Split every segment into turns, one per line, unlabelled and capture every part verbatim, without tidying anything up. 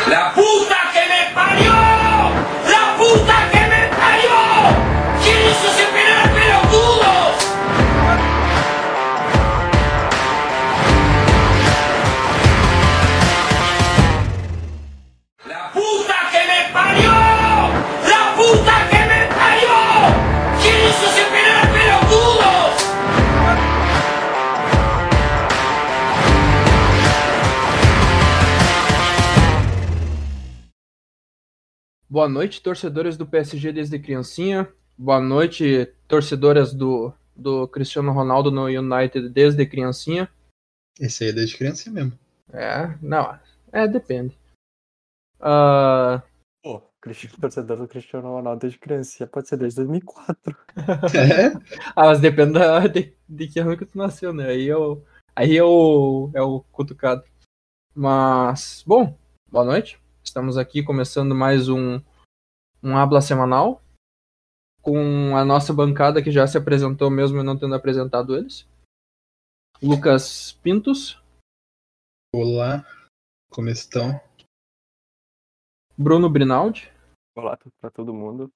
La puta que me parió! La puta que me parió! ¿Quién hizo ese penal, pelotudo? La puta que me parió! La puta que me parió! ¿Quién hizo ese penal, pelotudo?
Boa noite, torcedores do P S G desde criancinha. Boa noite, torcedoras do, do Cristiano Ronaldo no United desde criancinha.
Esse aí é desde criancinha mesmo.
É, não, é, depende. Uh...
Pô, torcedor do Cristiano Ronaldo desde criancinha pode ser desde dois mil e quatro.
É?
Ah, mas depende da, de, de que ano que tu nasceu, né? Aí, eu, aí eu, é o cutucado. Mas, bom, boa noite. Estamos aqui começando mais um, um Habla semanal com a nossa bancada que já se apresentou mesmo eu não tendo apresentado eles. Lucas Pintos.
Olá, como estão?
Bruno Brinaldi.
Olá pra todo mundo.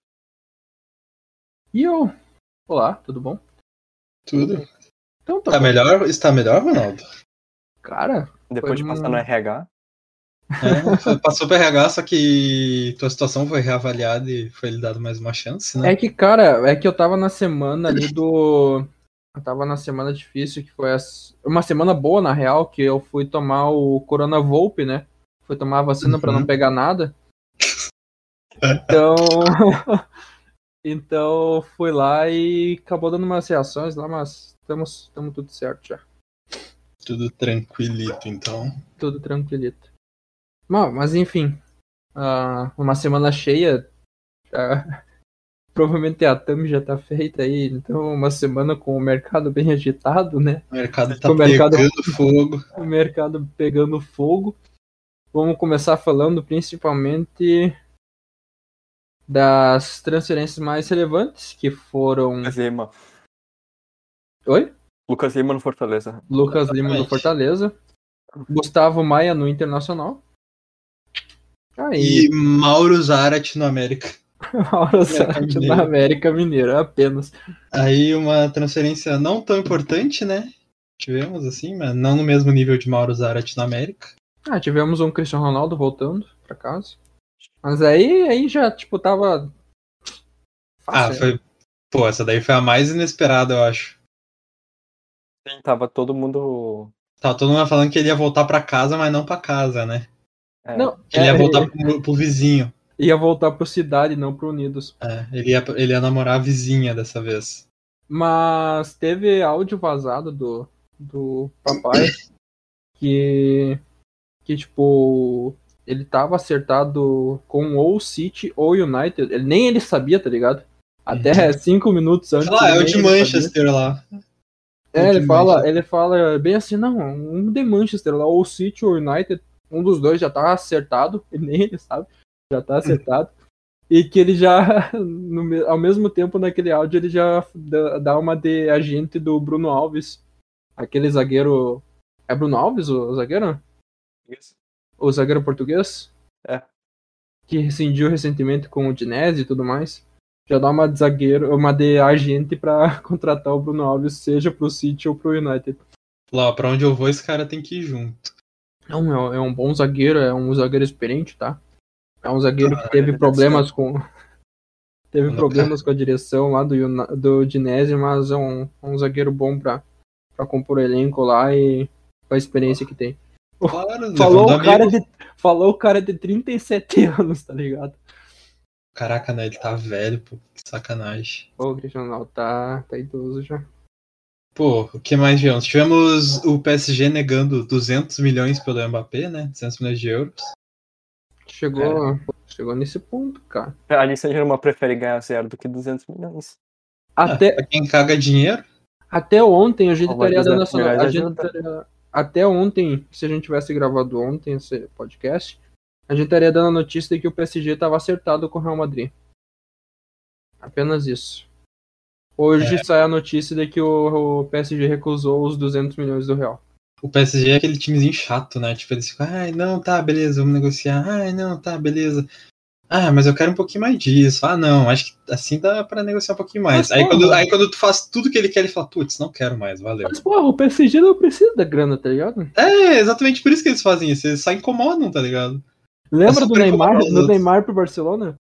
E eu. Olá, tudo bom?
Tudo.
Então tá
Tá
bom.
melhor? Está melhor, Ronaldo?
Cara,
Depois de
um-
passar no R H,
É, passou para R H, só que tua situação foi reavaliada e foi lhe dado mais uma chance, né?
É que, cara, é que eu tava na semana ali do... Eu tava na semana difícil, que foi as- uma semana boa, na real, que eu fui tomar o Corona Volpe, né? Fui tomar a vacina
Uhum.
pra não pegar nada. Então... então, fui lá e acabou dando umas reações lá, mas estamos, estamos tudo certo já.
Tudo tranquilito, então.
Tudo tranquilito. Bom, mas enfim, ah, uma semana cheia, ah, provavelmente a thumb já tá feita aí, então uma semana com o mercado bem agitado, né?
O mercado tá
O mercado-
pegando fogo.
O mercado pegando fogo. Vamos começar falando principalmente das transferências mais relevantes, que foram...
Lucas Lima.
Oi?
Lucas Lima no Fortaleza.
Lucas Lima do
Exatamente.
Fortaleza, Gustavo Maia no Internacional. Aí,
E Mauro Zarat no América.
Mauro Sarati
Mineiro.
na América Mineira, apenas.
Aí uma transferência não tão importante, né? Tivemos assim, mas não no mesmo nível de Mauro Zarat no América.
Ah, tivemos um Cristiano Ronaldo voltando pra casa. Mas aí, aí já, tipo, tava...
Ah,
fácil, né?
foi. Pô, essa daí foi a mais inesperada, eu acho.
Sim, tava todo mundo.
Tava todo mundo falando que ele ia voltar pra casa, mas não pra casa, né?
é,
Não,
Que ele ia
é,
voltar pro, pro vizinho.
ia voltar pro Cidade, não pro Unidos.
É, ele, ia, ele ia namorar a vizinha dessa vez.
Mas teve áudio vazado do, do papai que, que, tipo, ele tava acertado com ou City ou United. Ele, nem ele sabia, tá ligado? Até cinco minutos antes.
Sei lá, é
nem
o de
ele sabia.
Manchester lá.
É,
o
ele
de
fala,
Manchester.
ele fala bem assim, não, um de Manchester lá, ou City ou United, um dos dois já tá acertado, e nem ele sabe, já tá acertado. E que ele já, no me- ao mesmo tempo naquele áudio, ele já dá dá uma de agente do Bruno Alves, aquele zagueiro... É Bruno Alves o zagueiro? O zagueiro português?
É.
Que rescindiu recentemente com o Udinese e tudo mais. Já dá uma de zagueiro, uma de agente pra contratar o Bruno Alves, seja pro City ou pro United.
Lá, pra onde eu vou, esse cara tem que ir junto.
Não, é é um bom zagueiro, é um zagueiro experiente, tá? É um zagueiro que teve
ele
problemas com... Teve
Não,
problemas com a direção lá do, Uni- do Udinese, mas é um, é um zagueiro bom pra, pra compor o elenco lá e com a experiência que tem.
Claro,
Falou
levando
o, cara
amigo.
de, falou o cara de trinta e sete anos, tá ligado?
Caraca, né? Ele tá velho, pô. Que sacanagem.
Ô, o Cristiano Ronaldo tá, tá idoso já.
Pô, o que mais tivemos? Tivemos o P S G negando duzentos milhões pelo Mbappé, né? duzentos milhões de euros.
Chegou, chegou nesse ponto, cara.
A Alice Germa prefere ganhar zero do que duzentos milhões.
Até,
Ah, pra quem caga dinheiro,
até ontem a gente
Mas
estaria dando
duzentos
essa.
milhões
A gente
ajuda.
estaria- até ontem, se a gente tivesse gravado ontem esse podcast, a gente estaria dando a notícia de que o P S G estava acertado com o Real Madrid. Apenas isso. Hoje sai a notícia de que o, o P S G recusou os duzentos milhões do Real.
O P S G é aquele timezinho chato, né? Tipo, eles ficam, ai, não, tá, beleza, vamos negociar. Ai, não, tá, beleza. Ah, mas eu quero um pouquinho mais disso. Ah, não, acho que assim dá pra negociar um pouquinho mais.
Mas,
Aí quando,
porra.
aí quando tu faz tudo que ele quer, ele fala, putz, não quero mais, valeu.
Mas, porra, o P S G não precisa da grana, tá ligado?
É, exatamente por isso que eles fazem isso. Eles só incomodam, tá ligado?
Lembra
É
do
super
Neymar,
incomodar os
do
outros.
Neymar pro Barcelona?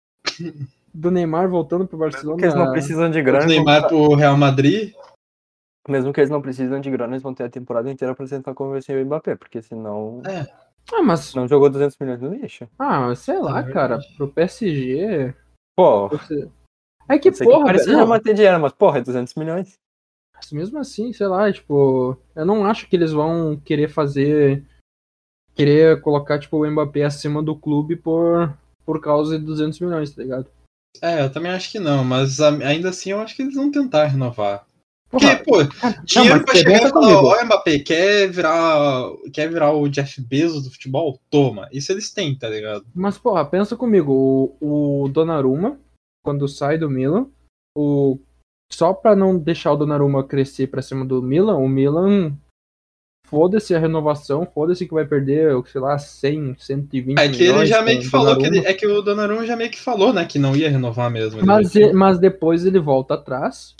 Do Neymar voltando pro
Mesmo
Barcelona.
que eles não precisam de
O
grana, eles vão
Neymar
ter-
pro Real Madrid.
mesmo que eles não precisam de grana, eles vão ter a temporada inteira pra tentar convencer o Mbappé, porque senão
É,
Ah, mas.
não jogou duzentos milhões no lixo.
Ah, sei lá,
É
cara.
verdade.
Pro P S G.
Pô,
você- É que,
eu sei que o
porra,
Paris
velho.
Saint-Germain
Não,
tem dinheiro, mas porra, é duzentos milhões.
mas mesmo assim, sei lá, tipo. Eu não acho que eles vão querer fazer. Querer colocar, tipo, o Mbappé acima do clube por, por causa de duzentos milhões, tá ligado?
É, eu também acho que não, mas a- ainda assim eu acho que eles vão tentar renovar. Porque,
Porra,
pô,
cara, não,
dinheiro
mas
pra
você
chegar e
pensa
falar,
comigo.
ó, Mbappé, quer virar, quer virar o Jeff Bezos do futebol? Toma. Isso eles têm, tá ligado?
Mas, porra, pensa comigo. O, o Donnarumma, quando sai do Milan, o, só pra não deixar o Donnarumma crescer pra cima do Milan, o Milan. Foda-se a renovação, foda-se que vai perder, sei lá, cem, cento e vinte
É que ele
milhões
já
com
meio que
o
falou que ele,
Donnarumma.
é que o Donnarumma já meio que falou, né, que não ia renovar mesmo. Ele
Mas,
já tinha-
e- mas depois ele volta atrás.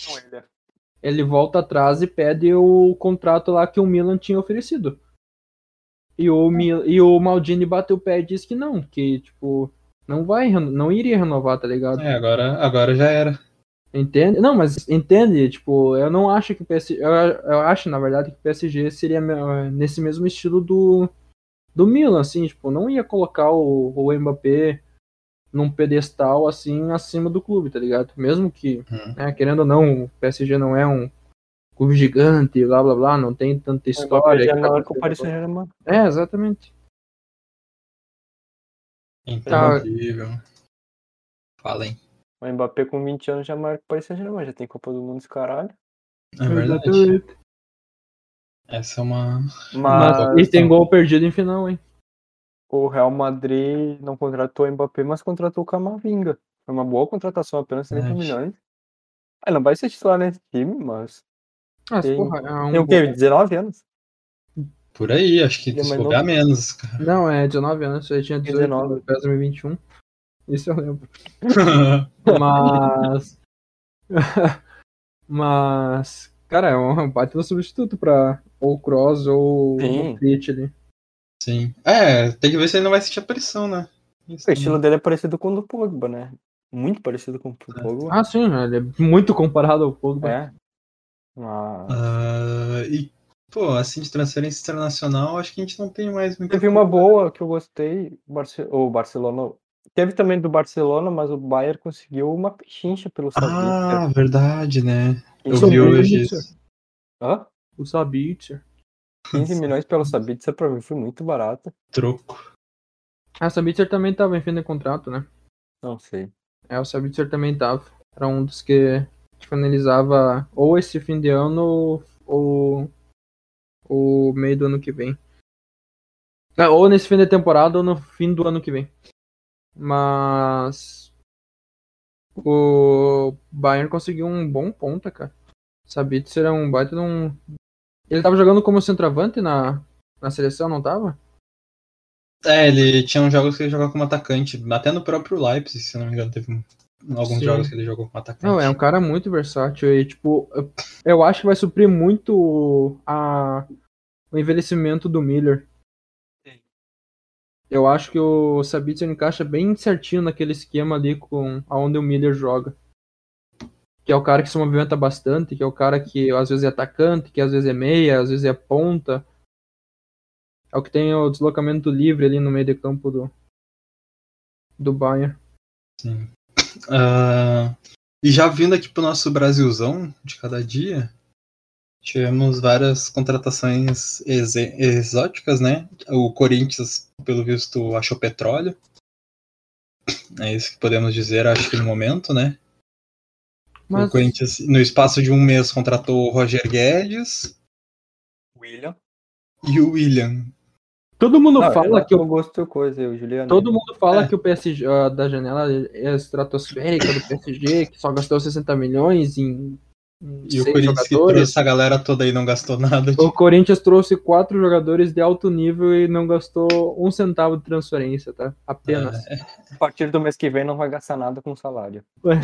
Ele volta atrás e pede o contrato lá que o Milan tinha oferecido. E o, Mil- e o Maldini bateu o pé e disse que não, que, tipo, não vai, reno- não iria renovar, tá ligado?
É, agora, agora já era.
Entende? Não, mas entende, tipo, eu não acho que o P S G. Eu, eu acho, na verdade, que o P S G seria me- nesse mesmo estilo do, do Milan, assim, tipo, não ia colocar o, o Mbappé num pedestal assim acima do clube, tá ligado? Mesmo que,
Hum.
né, querendo ou não, o P S G não é um clube gigante, blá blá blá, não tem tanta
O Mbappé
história.
já é
que
maior que o
tá
Paris
acontecendo.
Saint-Germain.
É, exatamente.
Entendível. Falem.
O Mbappé com vinte anos já é maior que o Paris Saint-Germain, já tem Copa do Mundo esse caralho.
É verdade.
Exatamente.
Essa é uma.
Mas,
Mas
e tem gol perdido em final, hein?
o Real Madrid não contratou o Mbappé, mas contratou o Camavinga. Foi uma boa contratação, apenas trinta
Verdade.
milhões. Ele não vai ser titular nesse time, mas
Mas,
tem,
porra, é um
tem o quê?
bom-
dezenove anos?
Por aí, acho que
Ele é
se
mais
bobear
novo.
menos, cara.
Não, é dezenove anos, eu tinha dezoito,
dezenove.
pesa e vinte e um. Isso eu lembro. Mas. Mas. Cara, é um baita substituto pra ou o Kroos ou
Sim.
o Modric ali.
Sim. É, tem que ver se ele não vai sentir a pressão, né? Isso
O estilo dele é parecido com o do Pogba, né? Muito parecido com o do Pogba.
Ah, sim, ele é muito comparado ao Pogba.
É. Mas...
Ah, e, pô, assim, de transferência internacional, acho que a gente não tem mais muita
Teve uma boa que eu gostei, o Barce- o Barcelona. Teve também do Barcelona, mas o Bayern conseguiu uma pechincha pelo Sabitzer.
Ah, verdade, né? Eu
Isso
vi
é
hoje
isso.
isso.
Hã?
O Sabitzer.
quinze milhões pelo Sabitzer pra mim foi muito barato.
Troco.
Ah, o Sabitzer também tava em fim de contrato, né?
Não sei.
É, o Sabitzer também tava. Era um dos que finalizava ou esse fim de ano ou o meio do ano que vem. Ah, ou nesse fim de temporada ou no fim do ano que vem. Mas o Bayern conseguiu um bom ponta, cara. Sabitzer é um baita de um... Ele tava jogando como centroavante na, na seleção, não tava?
É, ele tinha uns jogos que ele jogava como atacante. Até no próprio Leipzig, se não me engano, teve um- alguns
Sim.
jogos que ele jogou como atacante.
Não, é um cara muito versátil e, tipo, eu, eu acho que vai suprir muito a, o envelhecimento do Miller.
Sim.
Eu acho que o Sabitzer encaixa bem certinho naquele esquema ali com aonde o Miller joga. Que é o cara que se movimenta bastante, que é o cara que às vezes é atacante, que às vezes é meia, às vezes é ponta. É o que tem o deslocamento livre ali no meio de campo do, do Bayern.
Sim. Ah, e já vindo aqui pro nosso Brasilzão de cada dia, tivemos várias contratações ex- exóticas, né? O Corinthians, pelo visto, achou petróleo. É isso que podemos dizer, acho que no momento, né?
Mas
O Corinthians, no espaço de um mês, contratou o Roger Guedes
William.
e o William.
todo mundo
Não,
fala que o
eu gosto de coisa, o Juliano.
Todo mundo fala
É.
que o P S G, ah, da janela é estratosférica do P S G, que só gastou sessenta milhões em
E o Corinthians que trouxe essa galera toda aí não gastou nada.
O Corinthians trouxe quatro jogadores de alto nível e não gastou um centavo de transferência, tá? Apenas.
É.
A partir do mês que vem não vai gastar nada com salário.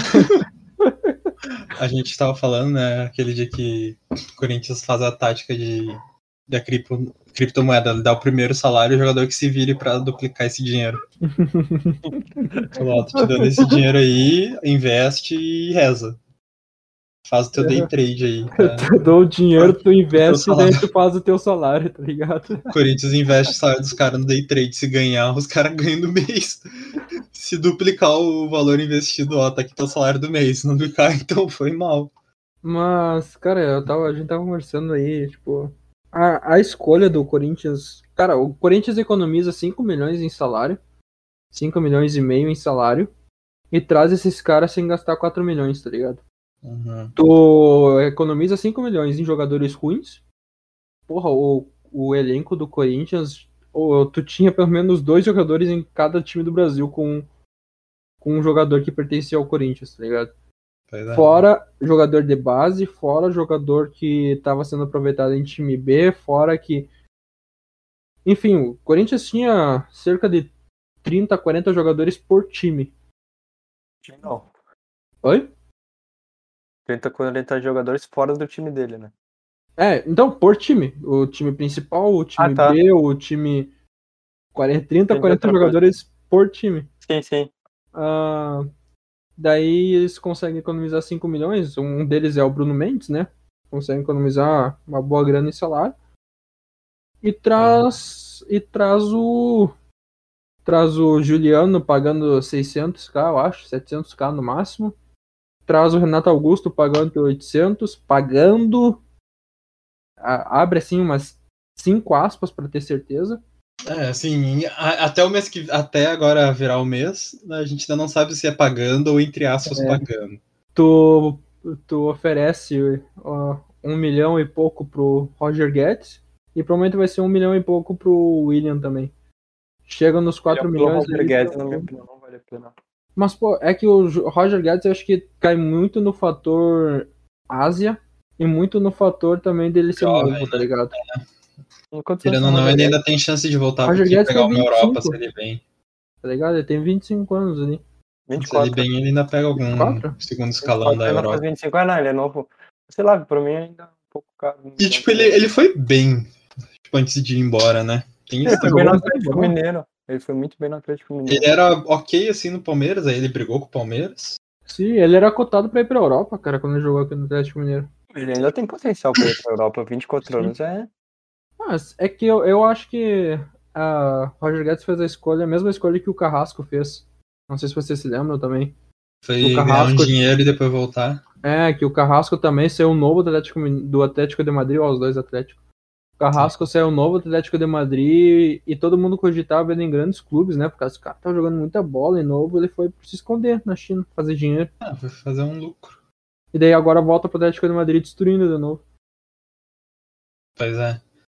A gente tava falando, né, aquele dia que o Corinthians faz a tática de da cripto, criptomoeda, dá o primeiro salário e o jogador que se vire pra duplicar esse dinheiro. Falou, tô te dando esse dinheiro aí, investe e reza. Faz o teu day trade aí. Tá?
Tu dou o dinheiro, tu investe e daí tu faz o teu salário, tá ligado?
O Corinthians investe o salário dos caras no day trade. Se ganhar, os caras ganham no mês. Se duplicar o valor investido, ó, tá aqui teu salário do mês. Se não duplicar, então foi mal.
Mas, cara, eu tava, a gente tava conversando aí, tipo, a, a escolha do Corinthians. Cara, o Corinthians economiza cinco milhões em salário, cinco milhões e meio em salário, e traz esses caras sem gastar quatro milhões, tá ligado?
Uhum.
Tu economiza cinco milhões em jogadores ruins. Porra, o, o elenco do Corinthians, ou tu tinha pelo menos dois jogadores em cada time do Brasil com, com um jogador que pertencia ao Corinthians, tá ligado?
É.
Fora jogador de base, fora jogador que estava sendo aproveitado em time B, fora que... Enfim, o Corinthians tinha cerca de trinta, quarenta jogadores por time.
Não.
Oi?
trinta, quarenta jogadores fora do time dele, né?
É, então, por time. O time principal, o time
Ah, tá.
B, o time... quarenta, trinta,
Entendi
quarenta
outra
jogadores por time.
Sim, sim.
Ah, daí eles conseguem economizar cinco milhões. Um deles é o Bruno Mendes, né? Conseguem economizar uma boa grana em salário. E traz, e traz o... Traz o Juliano pagando seiscentos k, eu acho. setecentos k no máximo. Traz o Renato Augusto pagando oitocentos. Pagando... A, abre assim umas cinco aspas pra ter certeza.
É, assim, a, até o mês que. Até agora virar o mês, a gente ainda não sabe se é pagando ou entre aspas
É.
pagando.
Tu, tu oferece ó, um milhão e pouco pro Roger Guedes. E provavelmente vai ser um milhão e pouco pro William também. Chega nos quatro milhões.
Roger
ali,
Guedes, na minha opinião, não vale a pena.
Mas, pô, é que o Roger Guedes eu acho que cai muito no fator Ásia e muito no fator também dele ser
Jovem,
novo, tá
né?
ligado?
Querendo ou não, ele ainda tem chance de voltar
Roger
aqui e
Guedes
pegar
tem
uma Europa
vinte e cinco.
se ele bem.
Tá ligado? Ele tem vinte e cinco anos ali.
vinte e
Se ele
quatro.
bem, ele ainda pega algum
vinte e quatro?
segundo escalão da
Ele não
Europa.
faz vinte e cinco, ah, não, ele é novo. Sei lá, pra mim ainda é um pouco caro.
E tipo, ele, ele foi bem, tipo, antes de ir embora, né? Tem
Ele
isso
foi
também.
bem no
jogou
Atlético
bom.
Mineiro. Ele foi muito bem no Atlético Mineiro.
Ele era ok assim no Palmeiras, aí ele brigou com o Palmeiras.
Sim, ele era cotado pra ir pra Europa, cara, quando ele jogou aqui no Atlético Mineiro.
Ele ainda tem potencial pra ir pra Europa. vinte e quatro
Sim.
anos é.
Mas é que eu, eu acho que a Roger Guedes fez a escolha, a mesma escolha que o Carrasco fez. Não sei se vocês se lembram também.
Foi
O
ganhar
Carrasco-
um dinheiro e depois voltar.
É, que o Carrasco também saiu novo do Atlético, Min- do Atlético de Madrid, ó, os dois Atléticos. O Carrasco saiu novo do Atlético de Madrid e todo mundo cogitava ele em grandes clubes, né? Porque os caras estavam jogando muita bola e novo, ele foi se esconder na China, fazer dinheiro.
Ah, foi fazer um lucro.
E daí agora volta pro Atlético de Madrid destruindo de novo.
Pois é.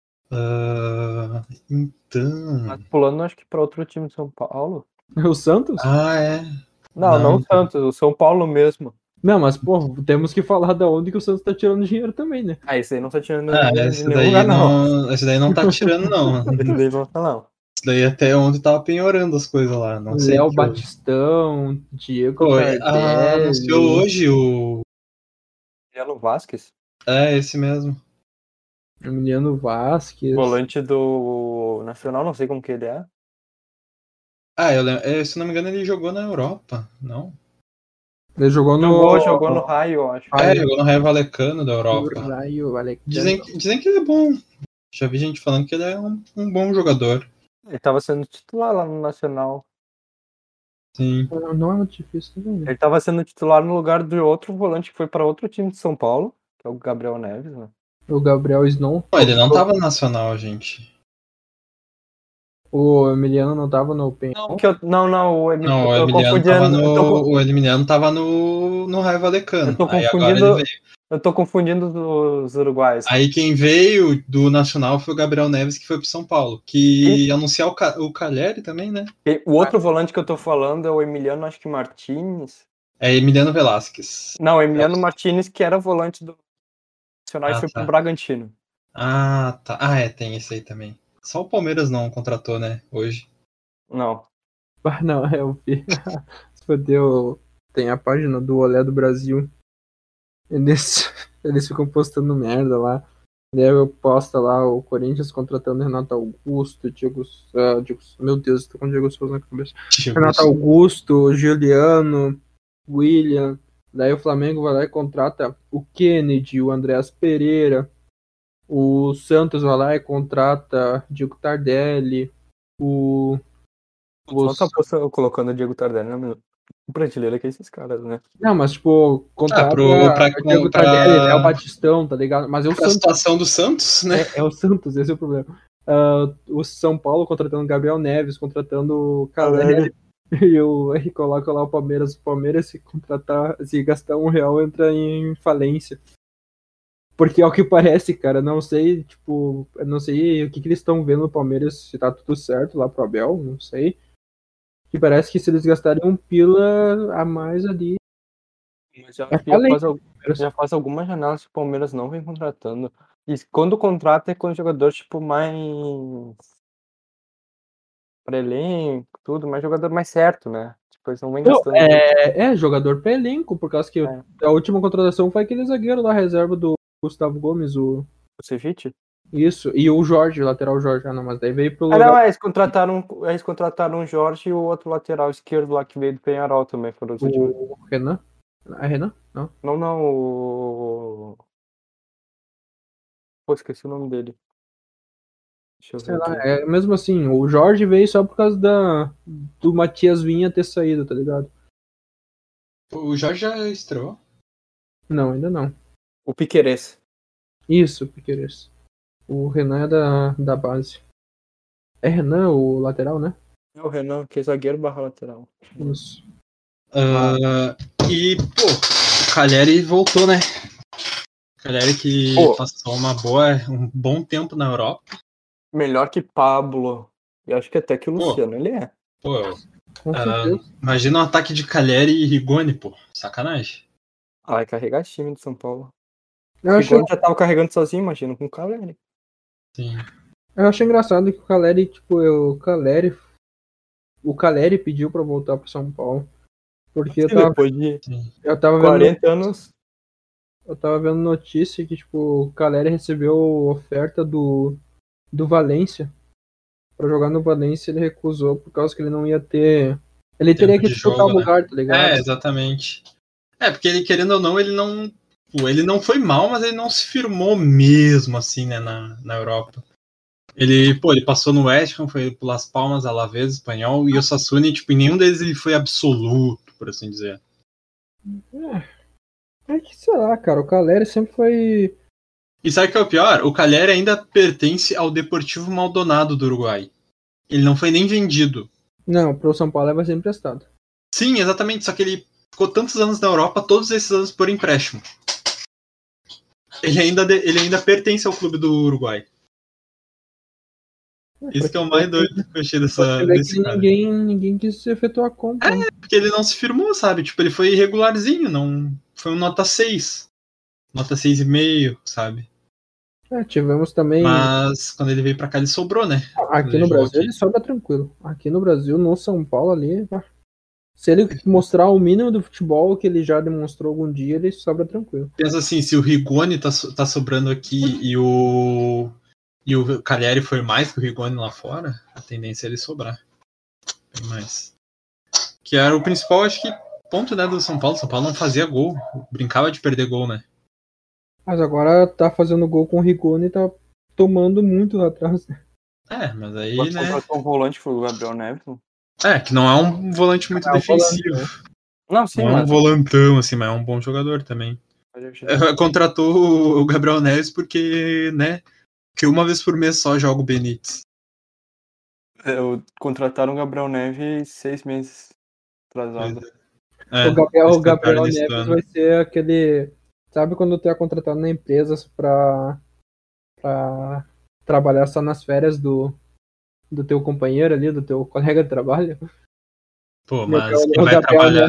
Ah, então.
Mas pulando, acho que pra outro time de São Paulo.
O Santos?
Ah, é.
Não,
Não.
não o Santos, o São Paulo mesmo.
Não, mas, pô, temos que falar da onde que o Santos tá tirando dinheiro também, né?
Ah, esse aí não tá tirando
Ah,
dinheiro
esse
de nenhum
daí
lugar, não.
não. Esse daí não tá tirando, não.
Esse daí não tá, não.
Esse daí até ontem tava penhorando as coisas lá. Não sei.
Léo
o que houve.
Batistão, Diego
Pô,
Tardelli.
ah, anunciou hoje o.
Emiliano Vasquez,
É, esse mesmo.
Emiliano Vasquez.
volante do Nacional, não sei como que ele é.
Ah, eu lembro. é, se não me engano, ele jogou na Europa, não?
Ele jogou no...
Jogou, jogou no Raio, eu acho.
Ah,
É,
ele-
jogou no Raio Vallecano da Europa.
Raio Vallecano.
Dizem, que- dizem que ele é bom. Já vi gente falando que ele é um, um bom jogador.
Ele tava sendo titular lá no Nacional.
Sim.
Não, não é muito difícil também, né?
Ele tava sendo titular no lugar de outro volante que foi pra outro time de São Paulo, que é o Gabriel Neves, né?
O Gabriel Snow.
Pô, ele não tava no Nacional, gente.
O Emiliano não tava no Penha.
Não, que eu, não, não, o Emiliano,
Não, o
eu tô
Emiliano tava
confundindo, eu tô,
no.
co-
O Emiliano tava no, no Raio Vallecano.
Eu tô
Aí agora
confundindo-
ele veio.
eu tô confundindo os uruguaios.
Aí quem veio do Nacional foi o Gabriel Neves, que foi pro São Paulo. Que ia anunciar o, Ca... o Cagliari também, né?
E o outro volante que eu tô falando é o Emiliano, acho que Martins.
É Emiliano Velasquez.
Não, Emiliano Martinez, que era volante do Nacional
Ah,
e foi
tá.
pro Bragantino.
Ah, tá. Ah, é, tem esse aí também. Só o Palmeiras não contratou, né, hoje.
Não.
Ah, não, eu vi. Se fodeu, tem a página do Olé do Brasil. Eles, eles ficam postando merda lá. Daí eu posta lá o Corinthians contratando Renato Augusto, Diego, ah, Diego meu Deus, tô com o Diego Souza na cabeça.
Tipo,
Renato Augusto, Juliano, William. Daí o Flamengo vai lá e contrata o Kennedy, o Andreas Pereira. O Santos vai lá e contrata Diego Tardelli. O.
Só
Os...
tá postando, colocando o Diego Tardelli na minha prateleira, que é esses caras, né?
Não, mas tipo,
Ah,
contrata
pro, pra,
o Diego
pra,
Tardelli, Léo Batistão, tá ligado? Mas é o
pra
Santos.
situação do Santos, né?
É, é o Santos, esse é o problema. Uh, o São Paulo contratando Gabriel Neves, contratando o Caleri, e, o, e coloca lá o Palmeiras. O Palmeiras, se contratar, se gastar um real, entra em falência. Porque ao que parece, cara, não sei, tipo, eu não sei o que, que eles estão vendo no Palmeiras, se tá tudo certo lá pro Abel, não sei. Que parece que se eles gastarem um pila a mais ali.
Mas já,
É
já, faz,
falência.
al- já faz algumas janelas que o Palmeiras não vem contratando. E quando contrata é com jogador, tipo, mais. Pra elenco, tudo, mais jogador mais certo, né? Tipo, eles não vêm
Não,
gastando.
é, é jogador pra elenco, por causa que
É.
a última contratação foi aquele zagueiro lá, reserva do Gustavo Gomes, o.
O Ceviche?
Isso, e o Jorge, lateral Jorge, ah não, mas daí veio pro
Ah,
lugar
não, é, eles contrataram, eles contrataram o Jorge e o outro lateral esquerdo lá que veio do Penharol também, foram os últimos.
do Renan. É Renan? Não.
Não, não, o. Pô, esqueci o nome dele. Deixa eu
Sei
ver
lá,
aqui.
é mesmo assim, o Jorge veio só por causa da, do Matias Vinha ter saído, tá ligado?
O Jorge já estreou.
Não, ainda não.
O Piquerez.
Isso, Piqueires. O Renan é da, da base. É Renan o lateral, né?
É o Renan, que é zagueiro barra lateral.
Isso.
Ah, e, pô, o Caleri voltou, né? O Caleri que
Pô.
passou uma boa, um bom tempo na Europa.
Melhor que Pablo. E acho que até que o
Pô.
Luciano, ele é.
Pô,
Com
ah,
certeza.
imagina um ataque de Caleri e Rigoni, pô. Sacanagem.
Ah, vai carregar esse time do São Paulo.
Eu
O
acho,
Rigoni já tava carregando sozinho, imagina, com o Caleri.
Sim.
eu acho engraçado que o Caleri, tipo, eu- o Caleri. O Caleri pediu pra voltar pro São Paulo. Porque eu tava,
Depois de
Sim.
eu tava vendo.
quarenta anos.
Eu tava vendo notícia que, tipo, o Caleri recebeu oferta do, do Valência pra jogar no Valência, ele recusou por causa que ele não ia ter. Ele teria
Tempo
que
de
disputar o
jogo, né?
lugar, tá ligado?
É, exatamente. É, porque ele, querendo ou não, ele não. Pô, ele não foi mal, mas ele não se firmou mesmo, assim, né, na, na Europa. Ele, pô, ele passou no West Ham, foi pro Las Palmas, Alavés, Espanhol, e o Sassuolo, tipo, em nenhum deles ele foi absoluto, por assim dizer.
É que, sei lá, cara, o Caleri sempre foi.
E sabe o que é o pior? O Caleri ainda pertence ao Deportivo Maldonado do Uruguai. Ele não foi nem vendido.
Não, pro São Paulo ele vai ser emprestado.
Sim, exatamente, só que ele ficou tantos anos na Europa, todos esses anos por empréstimo. Ele ainda, de- ele ainda pertence ao clube do Uruguai. Isso que é o mais doido que eu achei
Pra
dessa,
você ver
desse
que
cara.
ninguém, ninguém quis efetuar a compra. né?
Porque ele não se firmou, sabe? Tipo, ele foi irregularzinho, não foi um nota seis. Nota seis vírgula cinco, sabe?
É, tivemos também.
Mas quando ele veio pra cá, ele sobrou, né?
Aqui
Ele
no
jogou
Brasil
aqui.
ele sobra tranquilo. Aqui no Brasil, no São Paulo ali. ah, Se ele mostrar o mínimo do futebol que ele já demonstrou algum dia, ele sobra tranquilo.
Pensa assim, se o Rigoni tá, so- tá sobrando aqui e o e o Cagliari foi mais que o Rigoni lá fora, a tendência é ele sobrar. Bem mais. Que era o principal, acho que, ponto, né, do São Paulo. São Paulo não fazia gol. Brincava de perder gol, né?
Mas agora tá fazendo gol com o Rigoni e tá tomando muito lá atrás.
É, mas aí,
Agora
né?
contratou um volante, foi o Gabriel Neves.
É, que não é um volante muito
Não é um
defensivo.
volante,
Não, sim,
Não é um
mas.
volantão, assim, mas é um bom jogador também. É, contratou o Gabriel Neves porque, né? Que uma vez por mês só joga o Benítez.
Eu contrataram o Gabriel Neves seis meses atrasado.
É,
o Gabriel,
eles
o Gabriel
trataram nesse
Neves
ano.
vai ser aquele. Sabe quando tu é contratado na empresa pra, pra trabalhar só nas férias do, do teu companheiro ali, do teu colega de trabalho?
Pô,
O
mas
Gabriel-
quem
o
vai
Gabriel
trabalhar,
Neves-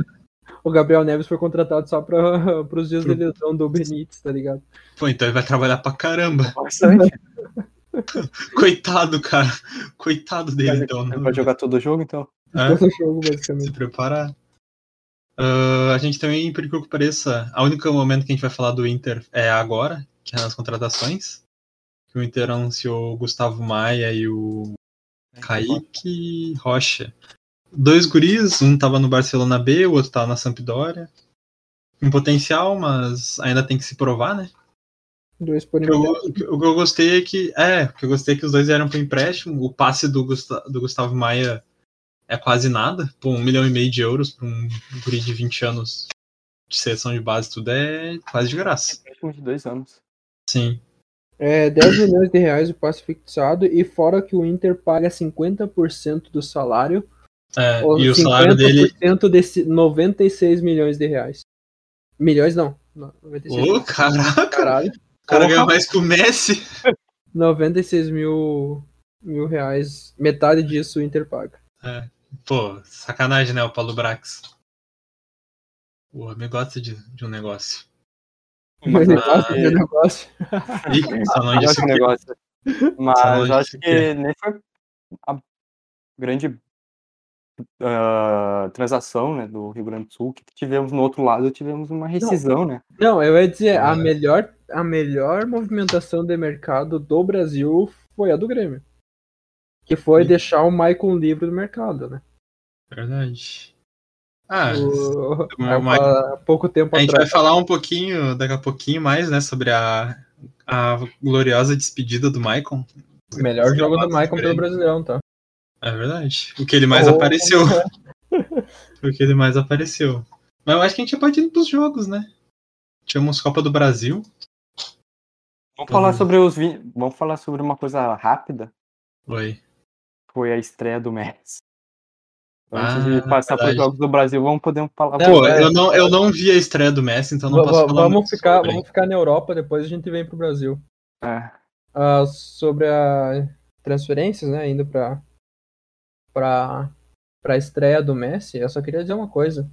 O Gabriel Neves foi contratado só para os dias de lesão do Benítez, tá ligado?
Pô, então ele vai trabalhar pra caramba.
Bastante.
Coitado, cara. Coitado dele,
Ele
então.
vai jogar todo jogo, então.
É?
Todo jogo,
Se
basicamente.
preparar. Uh, a gente também, por incrível que pareça, a única momento que a gente vai falar do Inter é agora, que é nas contratações. Que o Inter anunciou o Gustavo Maia e o Kaique Rocha. Dois guris, um tava no Barcelona B, o outro tava na Sampdoria. Em potencial, mas ainda tem que se provar, né?
Dois por
O que, eu,
empréstimo.
o que eu gostei é que. É, o que eu gostei é que os dois vieram pro empréstimo. O passe do, Gusta, do Gustavo Maia é quase nada. Pô, um milhão e meio de euros para um guri de vinte anos de seleção de base, tudo é quase de graça.
Empréstimo de dois anos.
Sim.
É dez milhões de reais o passe fixado, e fora que o Inter paga cinquenta por cento do salário,
É,
ou
e o salário dele.
cinquenta por cento de noventa e seis milhões de reais. Milhões não. noventa e seis
Ô,
mil.
caraca!
Caralho.
O cara
Porra.
ganha mais que o Messi.
noventa e seis mil, mil reais. Metade disso o Inter paga.
É. Pô, sacanagem, né, o Paulo Brax. O homem gosta de, de um negócio.
Mas
Mas
ele
acho
gosta
que-
de negócio.
Ih, só não
eu
disse
acho
o
um
quê?
negócio.
Só
Mas
não
acho
disse o
que
quê?
nem foi a grande ah, transação, né, do Rio Grande do Sul, que tivemos no outro lado, tivemos uma rescisão, né?
Não, eu ia dizer, a
É.
melhor, a melhor movimentação de mercado do Brasil foi a do Grêmio. Que foi
Sim.
deixar o Maicon livre do mercado, né?
Verdade. Ah,
O-
uma-
há, há pouco tempo
a gente vai
atrás.
falar um pouquinho, daqui a pouquinho mais, né, sobre a, a gloriosa despedida do Maicon.
O melhor
Os
jogo do
gravados
Maicon pelo
Grêmio.
Brasileirão, tá?
É verdade. O que ele mais
Oh.
apareceu. O que ele mais apareceu. Mas eu acho que a gente já pode ir pros jogos, né? Tivemos Copa do Brasil.
Vamos falar
Uhum.
sobre os vi- Vamos falar sobre uma coisa rápida.
Oi.
Foi a estreia do Messi.
Ah,
Antes de passar para os
verdade.
jogos do Brasil, vamos poder falar.
Não,
Pô,
é,
eu não, eu não vi a estreia do Messi, então não
Va-
posso
va-
falar
vamos,
muito
ficar,
sobre.
vamos ficar na Europa, depois a gente vem pro Brasil.
É.
Ah, sobre a transferências, né? Indo pra, pra, pra estreia do Messi, eu só queria dizer uma coisa.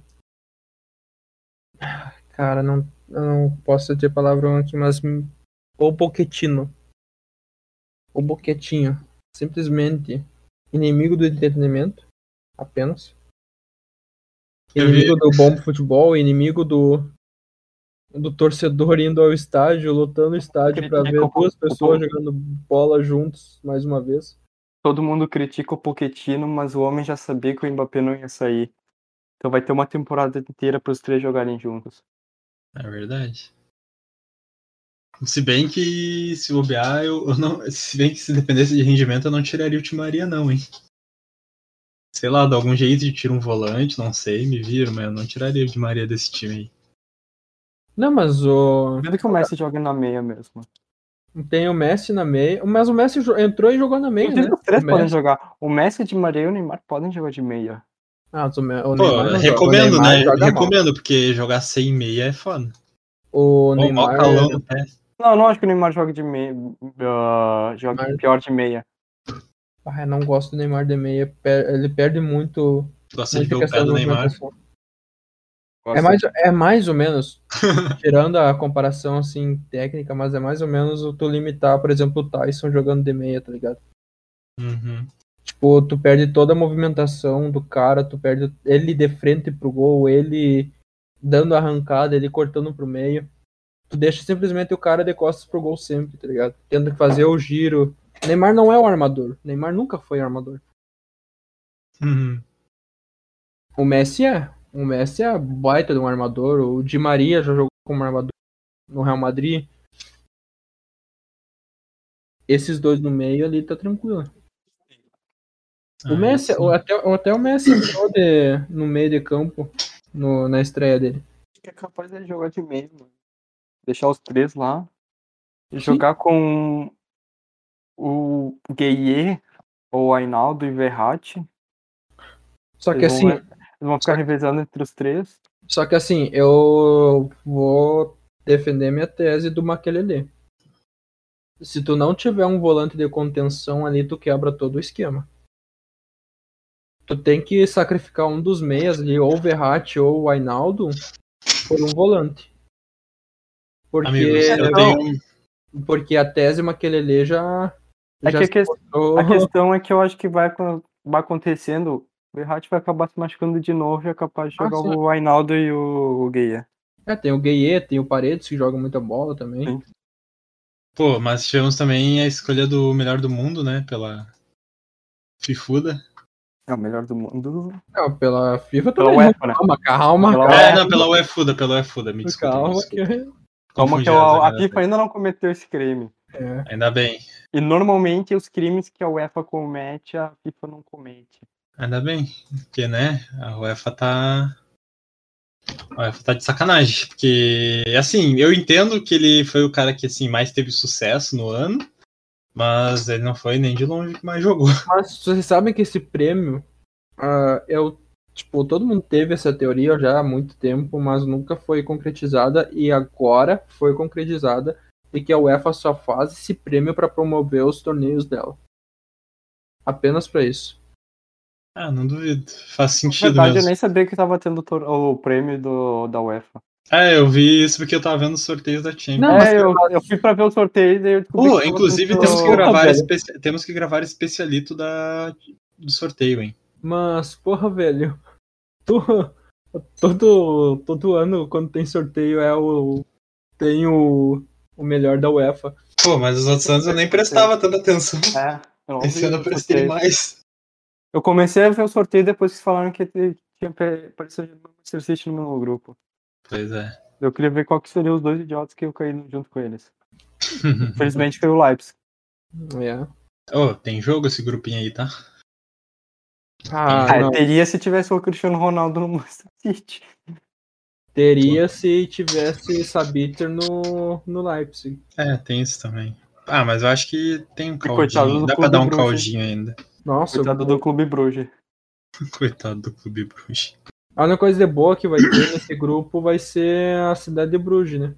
Cara, não, eu não posso ter palavrão aqui, mas o Pochettino. O Boquetinho. Simplesmente inimigo do entretenimento. Apenas.
Eu vi-
Inimigo do bom futebol, inimigo do, do torcedor indo ao estádio, lotando o estádio pra ver
Critica o po-
duas
o
pessoas
po-
jogando bola juntos mais uma vez.
Todo mundo critica o Pochettino, mas o homem já sabia que o Mbappé não ia sair. Então vai ter uma temporada inteira para os três jogarem juntos.
É verdade. Se bem que se bobear, eu, eu não. Se bem que se dependesse de rendimento, eu não tiraria o Di Maria, não, hein? Sei lá, de algum jeito de tirar um volante, não sei, me viram, mas eu não tiraria o Di Maria desse time aí.
Não, mas o.
Duvido que o Messi jogue na meia mesmo.
Tem o Messi na meia. Mas o Messi jo- entrou e jogou na meia,
Inclusive,
né?
os três
O
podem
Messi.
jogar. O Messi, o Di Maria e o Neymar podem jogar de meia.
Ah, o Me- o
Pô,
Neymar não joga.
recomendo,
O Neymar
né?
joga mal.
Recomendo, porque jogar sem meia é foda.
O
Pô, mó
Neymar.
calão no pé.
Não, não acho que o Neymar jogue de meia. ah, jogue
Neymar-
pior de meia.
Ah, eu não gosto do Neymar de meia. Per- Ele perde muito.
Gosta de
Muita
ver o
questão
pé
de
do Neymar.
movimentação. É
Gosto
mais,
de-
é mais ou menos, tirando a comparação assim técnica, mas é mais ou menos o tu limitar, por exemplo, o Tyson jogando de meia, tá ligado?
Uhum.
Tipo, tu perde toda a movimentação do cara, tu perde ele de frente pro gol, ele dando arrancada, ele cortando pro meio. Tu deixa simplesmente o cara de costas pro gol sempre, tá ligado? Tendo que fazer o giro. Neymar não é um armador. Neymar nunca foi armador.
Uhum.
O Messi é. O Messi é baita de um armador. O Di Maria já jogou como armador no Real Madrid. Esses dois no meio ali tá tranquilo. O
Ah,
Messi,
sim.
o- até, até o Messi entrou de, no meio de campo no, na estreia dele.
É capaz de jogar de meia, mano. Deixar os três lá. E
Sim.
jogar com o Gueye, ou Ainaldo e Verratti.
Só que
Eles
assim,
vão, eles vão ficar revezando entre os três.
só que assim, eu vou defender minha tese do Makelele. Se tu não tiver um volante de contenção ali, tu quebra todo o esquema. tu tem que sacrificar um dos meias ali, ou o Verratti ou o Wijnaldum, por um volante. Porque,
Amigos, eu
não,
tenho um...
porque a tese Makelele já,
É
já
que a,
se
que-
mostrou-
a questão é que eu acho que vai, acon- vai acontecendo. O Verratti vai acabar se machucando de novo e é capaz de
Ah,
jogar
sim.
o Wijnaldum e o, o Gueye.
É, tem o Gueye, tem o Paredes, que joga muita bola também.
Sim.
Pô, mas tivemos também a escolha do melhor do mundo, né? Pela Fifuda.
É o melhor do mundo.
Não, pela FIFA
Pela
também.
UEFA, né?
Calma, calma,
Pela
calma.
É, não, pela UEFuda, pela UEFuda, me desculpa. me
Calma,
desculpa.
que...
Calma
Confundi
que
as
a, a
agora.
FIFA ainda não cometeu esse crime.
É.
Ainda bem,
E normalmente os crimes que a UEFA comete, a FIFA não comete.
ainda bem. Porque, né, a UEFA tá. A UEFA tá de sacanagem. Porque, assim, eu entendo que ele foi o cara que assim, mais teve sucesso no ano, mas ele não foi nem de longe o que mais jogou.
Mas vocês sabem que esse prêmio, ah, eu, tipo, todo mundo teve essa teoria já há muito tempo, mas nunca foi concretizada e agora foi concretizada e que a UEFA só faz esse prêmio para promover os torneios dela. Apenas para isso.
Ah, não duvido. Faz
Na
sentido
verdade, eu
mesmo.
nem sabia que tava tendo o tor- o prêmio do, da UEFA.
Ah, eu vi isso porque eu tava vendo os sorteios da Champions.
Não, mas
é, eu, eu fui pra ver o sorteio e daí eu descobri
Pô,
que tava
inclusive
tendo-
temos que
Porra,
gravar,
velho.
espe- temos que gravar especialito da... do sorteio, hein?
Mas, porra, velho, tu, todo, todo ano, quando tem sorteio, é o tem o, o melhor da UEFA.
Pô, mas os outros anos eu nem prestava tanta atenção.
É, eu não
Esse
vi
ano
o
eu prestei
sorteio.
mais.
Eu comecei a ver o sorteio depois que falaram que te- tinha pe- aparecido o Manchester City no meu grupo.
Pois é.
Eu queria ver qual que seriam os dois idiotas que eu caí junto com eles. Infelizmente foi o Leipzig.
É.
Ô, tem jogo esse grupinho aí, tá?
Ah,
Ah,
não.
teria se tivesse o Cristiano Ronaldo no Manchester City.
Teria se tivesse Sabitzer no, no Leipzig.
É, tem isso também. Ah, mas eu acho que tem um
coitado
caldinho.
do
Dá pra
Clube
dar um
Bruges.
caldinho ainda.
Nossa,
Coitado
o-
do Clube Bruges.
Coitado do Clube Bruges.
a única coisa de boa que vai ter nesse grupo vai ser a cidade de Bruges, né?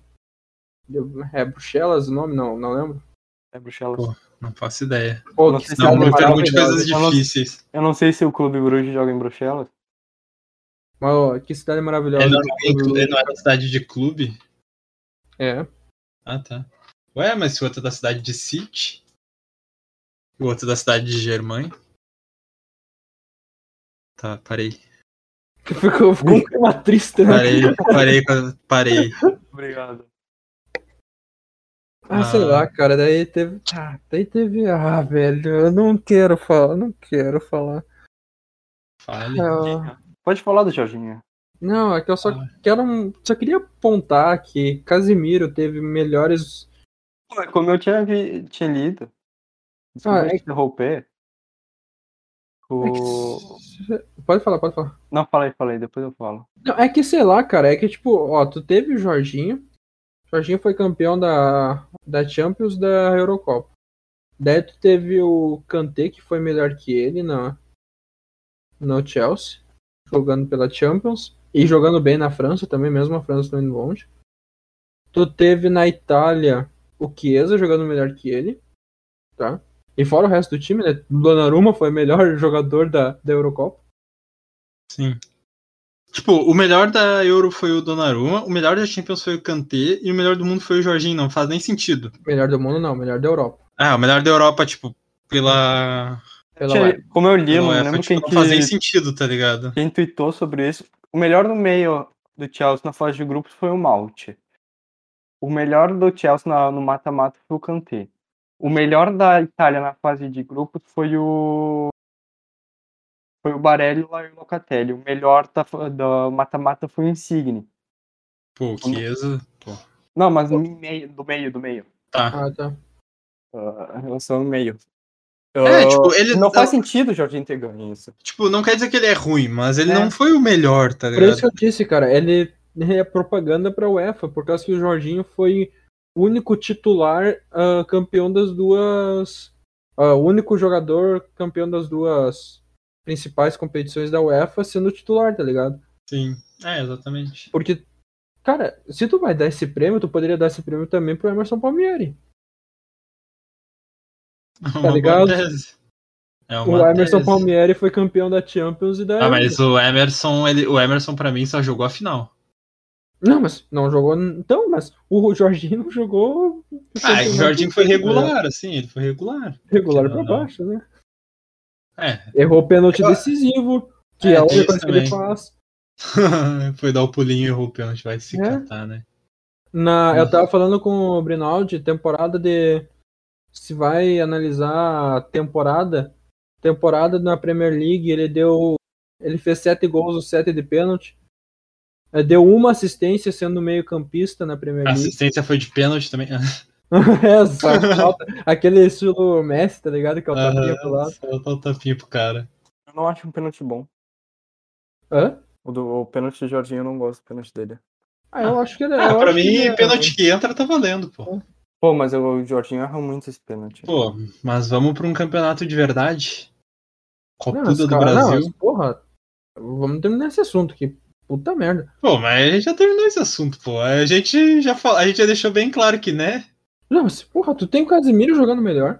É Bruxelas o nome? Não, não lembro.
É Bruxelas.
Pô, não faço ideia.
Pô,
Não
que
sei se
Não,
cidade
me pergunte
maravilhosa.
coisas
Eu não-
difíceis.
Eu não sei se o Clube Bruges joga em Bruxelas.
Mas, ó, que cidade maravilhosa.
Ele não, ele não é da cidade de clube?
É.
Ah, tá. Ué, mas se o outro é da cidade de City, o outro é da cidade de Germain. Tá, parei.
Ficou, ficou um clima triste, né?
Parei, parei, quando- parei.
Obrigado.
Ah, sei
Ah.
lá, cara, daí teve. Ah, daí teve. Ah, velho, eu não quero falar, não quero falar.
Fale.
Ah,
Pode falar do Jorginho.
não, é que eu só
Ah.
quero. um- Só queria apontar que Casimiro teve melhores.
Pô, Como eu tinha, vi, tinha lido. Desculpa
Ah, é
te interromper.
É
O...
que- Pode falar, pode falar.
Não, falei, falei, depois eu falo.
Não, é que sei lá, cara, é que tipo, ó, tu teve o Jorginho. O Jorginho foi campeão da, da Champions da Eurocopa. Daí tu teve o Kanté, que foi melhor que ele na, no Chelsea, jogando pela Champions. E jogando bem na França também, mesmo a França não indo longe. Tu teve na Itália o Chiesa jogando melhor que ele, tá? E fora o resto do time, né? O Donnarumma foi o melhor jogador da, da Eurocopa.
Sim. Tipo, o melhor da Euro foi o Donnarumma, o melhor da Champions foi o Kanté e o melhor do mundo foi o Jorginho. Não faz nem sentido.
Melhor do mundo não, melhor da Europa.
Ah, o melhor da Europa, tipo, pela...
Pela
Tinha-
UEFA.
como eu li, eu
pela
não
UEFA,
lembro
tipo,
quem
não faz nem
que,
sentido, tá ligado?
quem tweetou sobre isso. O melhor no meio do Chelsea na fase de grupos foi o Mount. O melhor do Chelsea na- no mata-mata foi o Kanté. O melhor da Itália na fase de grupos foi o foi o Barella e o Locatelli. O melhor da fa- da mata-mata foi o Insigne.
Pô, o Chiesa, pô.
Não, mas no meio, do meio, do meio.
Tá.
Ah, tá.
Uh, a relação no meio.
É,
Uh,
tipo, ele-
não faz sentido o Jorginho ter ganho isso.
Tipo, não quer dizer que ele é ruim, mas ele
É.
não foi o melhor, tá
Por isso
ligado?
que eu disse, cara, ele é propaganda pra UEFA, por causa que o Jorginho foi o único titular ah, campeão das duas. ah, O único jogador campeão das duas principais competições da UEFA sendo titular, tá ligado?
Sim. É, exatamente.
Porque, cara, se tu vai dar esse prêmio, tu poderia dar esse prêmio também pro Emerson Palmieri.
Uma boa
ligado?
tese. É
O
uma
Emerson
tese.
Palmieri foi campeão da Champions e da.
Ah, mas o Emerson, ele, o Emerson pra mim só jogou a final.
Não, mas não jogou. Então, mas o Jorginho não jogou.
Ah, o Jorginho foi regular, assim, ele foi regular.
Regular
Não,
pra
não.
baixo, né?
É,
Errou o pênalti
Eu-
decisivo, que
É,
é, a
tem
única
isso
coisa que ele
também.
faz.
foi dar o pulinho e errou o pênalti, vai se
É.
catar, né?
Na, eu tava falando com o Brinaldi, temporada de. Se vai analisar a temporada, temporada na Premier League, ele deu. Ele fez sete gols, sete de pênalti. Eh, Deu uma assistência sendo meio-campista na Premier
A
League.
assistência foi de pênalti também.
É, só falta aquele estilo Messi, tá ligado? Que é o tapinha pro
Aham,
lado.
só dá o tapinha pro cara.
Eu não acho um pênalti bom.
Hã?
O, do, o pênalti do Jorginho eu não gosto do pênalti dele.
Ah, eu acho que ele
Ah,
eu
pra
acho que
mim,
ele é-
pênalti que entra tá valendo, pô.
Pô, mas eu- o Jorginho erra muito esse pênalti.
Pô, mas vamos pra um campeonato de verdade?
Não,
Copuda
os
do
cara- não,
Brasil.
mas, porra, vamos terminar esse assunto aqui. Puta merda.
Pô, mas a gente já terminou esse assunto, pô. A gente já, fal... a gente já deixou bem claro que, né?
Não, mas, porra, tu tem o Casemiro jogando melhor.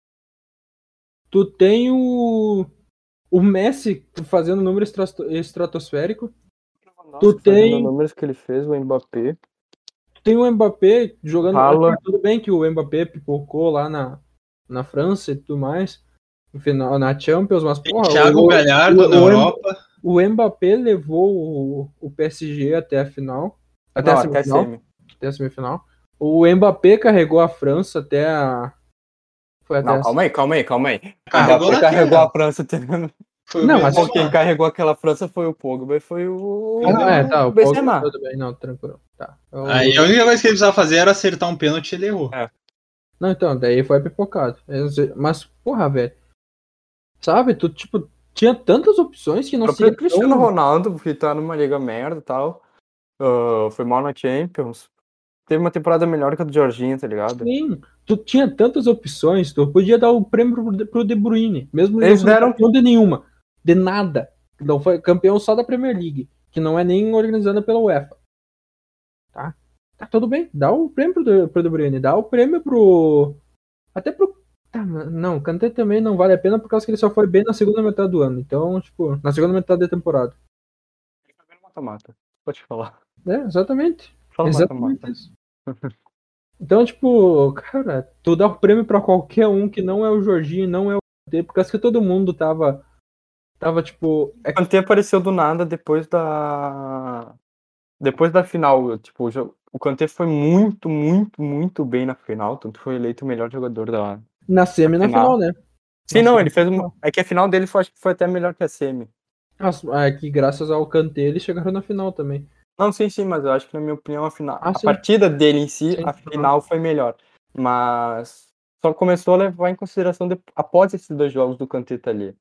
Tu tem o. O Messi fazendo número estra- estratosférico. Tu
Fazendo
tem-
números que ele fez, o Mbappé.
Tu tem o Mbappé jogando.
Fala.
Tudo bem que o Mbappé pipocou lá na, na França e tudo mais. No final, na Champions, mas,
Tem
porra.
Thiago
o,
Galhardo
o-
na
o-
Europa.
o Mbappé levou o, o P S G até a final. Até
Não,
a
até
semifinal.
semi.
Até a semifinal. O Mbappé carregou a França até a. Foi até
Não,
a...
calma aí, calma aí, calma aí.
Carregou
O Mbappé
na
carregou
final.
a França. Tendo...
Foi o
Não, mas-
Benzema.
Pô, quem carregou aquela França foi o Pogba e foi o.
Ah, não, é, tá, o Pogba,
Benzema.
tudo bem, não, tranquilo. Tá. Eu-
Aí a única coisa que ele precisava fazer era acertar um pênalti e ele errou.
Não, então, daí foi pipocado. Mas, porra, velho. Sabe, tu, tipo, tinha tantas opções que
O
não
próprio
seria
Cristiano
tão...
Ronaldo, que tá numa liga merda e tal. ah, foi mal na Champions. Teve uma temporada melhor que a do Jorginho, tá ligado?
Sim, tu tinha tantas opções, tu podia dar o prêmio pro De- pro De Bruyne, mesmo ele
Eles
não sendo
deram-
campeão de nenhuma, de nada. Não foi campeão só da Premier League, que não é nem organizada pela UEFA. Tá? Tá tudo bem, dá o prêmio pro De, pro De Bruyne, dá o prêmio pro... Até pro... Tá, mas não, o Kanté também não vale a pena por causa que ele só foi bem na segunda metade do ano. Então, tipo, na segunda metade da temporada.
Ele tá vendo mata-mata. Pode falar.
É, exatamente.
Fala
Exatamente
mata-mata.
isso. Então, tipo, cara, tu dá o prêmio pra qualquer um que não é o Jorginho, não é o Kanté, por causa que todo mundo tava, tava tipo, é,
O Kanté apareceu do nada depois da. Depois da final. Tipo, o jo- o Kanté foi muito, muito, muito bem na final. Tanto foi eleito o melhor jogador da.
na semi e na
Final.
final, né?
Sim,
Na
não,
semi
ele
e
fez
na
uma. É que a final dele foi, acho que foi até melhor que a semi.
As- É que graças ao Kanté eles chegaram na final também.
Não, sim, sim, mas eu acho que na minha opinião a final.
Ah,
a
sim.
partida dele em si,
Sim,
a
uhum.
final foi melhor. Mas só começou a levar em consideração de- após esses dois jogos do Kanté tá ali.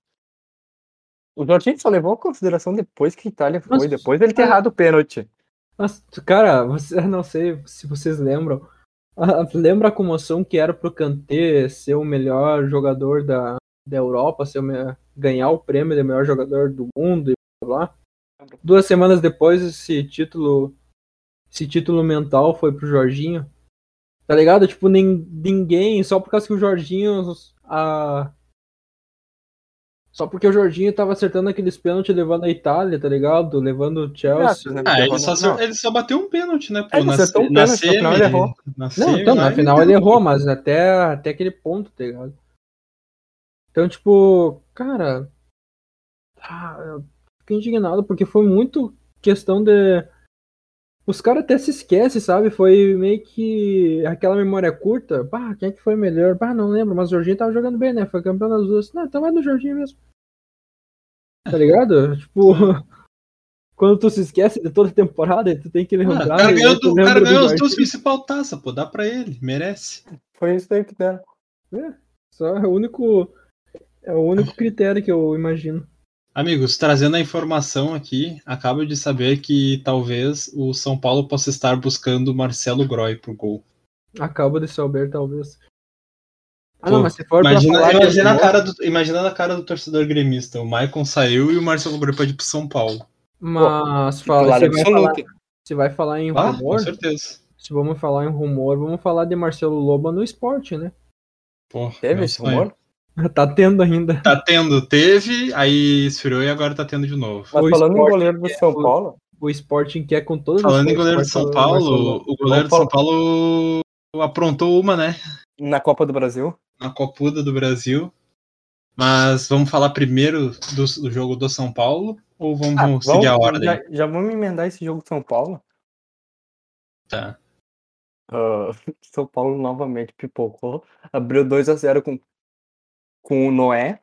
O Jorginho só levou em consideração depois que a Itália foi,
Mas-
depois dele ter
ah.
errado o pênalti.
Mas, cara, você, eu não sei se vocês lembram. Ah, lembra a comoção que era pro Kanté ser o melhor jogador da, da Europa, ser o me- ganhar o prêmio de melhor jogador do mundo e blá blá. Duas semanas depois, esse título, esse título mental foi pro Jorginho. Tá ligado? Tipo, nin- ninguém, só por causa que o Jorginho. A... Só porque o Jorginho tava acertando aqueles pênaltis levando a Itália, tá ligado? Levando o Chelsea.
Graças, né?
Ah,
Porque
ele só,
errou, não.
ele só bateu um pênalti, né? Pô,
É, ele
na,
acertou um
na
pênalti, no
semi,
final ele errou.
na
Não,
semi
então,
lá,
na final ele errou, mas até, até aquele ponto, tá ligado? Então, tipo, cara. Ah, eu fico indignado porque foi muito questão de. Os caras até se esquecem, sabe? Foi meio que aquela memória curta. Bah, quem é que foi melhor? Bah, não lembro, mas o Jorginho tava jogando bem, né? Foi campeão das duas. Não, então vai no Jorginho mesmo. Tá ligado? Tipo, quando tu se esquece de toda a temporada, tu tem que
Ah,
lembrar.
o cara
né?
ganhou,
Tu
o cara
lembra do
ganhou as duas
Jorginho.
principais taças, pô. Dá pra ele, merece.
Foi isso daí que deram.
Só é o único. É o único critério que eu imagino.
Amigos, trazendo a informação aqui, acabo de saber que talvez o São Paulo possa estar buscando o Marcelo Groy pro gol.
Acaba de souber, talvez. Ah,
Pô,
não, mas se for
Imagina,
pra falar.
imagina, a
de-
cara do, imagina a cara do torcedor gremista. O Maicon saiu e o Marcelo Groy pode ir pro São Paulo.
Mas fala,
Claro,
se, vai falar,
absoluto.
se vai falar em
Ah, com
rumor,
certeza.
se vamos falar em rumor, vamos falar de Marcelo Loba no esporte, né?
Pô,
Teve
meu
esse
sonho.
rumor?
Tá tendo ainda.
Tá tendo, teve, aí esfriou e agora tá tendo de novo.
Mas
O
falando em
Sporting
goleiro do
é
São
o-
Paulo,
O Sporting quer com todas as
Falando em
forças
goleiro
o
de São
Barcelona- Barcelona.
Paulo, o goleiro de São Paulo aprontou uma, né?
na Copa do Brasil,
Na Copuda do Brasil. Mas vamos falar primeiro do, do jogo do São Paulo ou vamos,
ah,
vamos seguir a
vamos,
ordem?
já, já vamos emendar esse jogo de São Paulo.
Tá.
Ah, São Paulo novamente pipocou, abriu dois a zero com, com o Noé,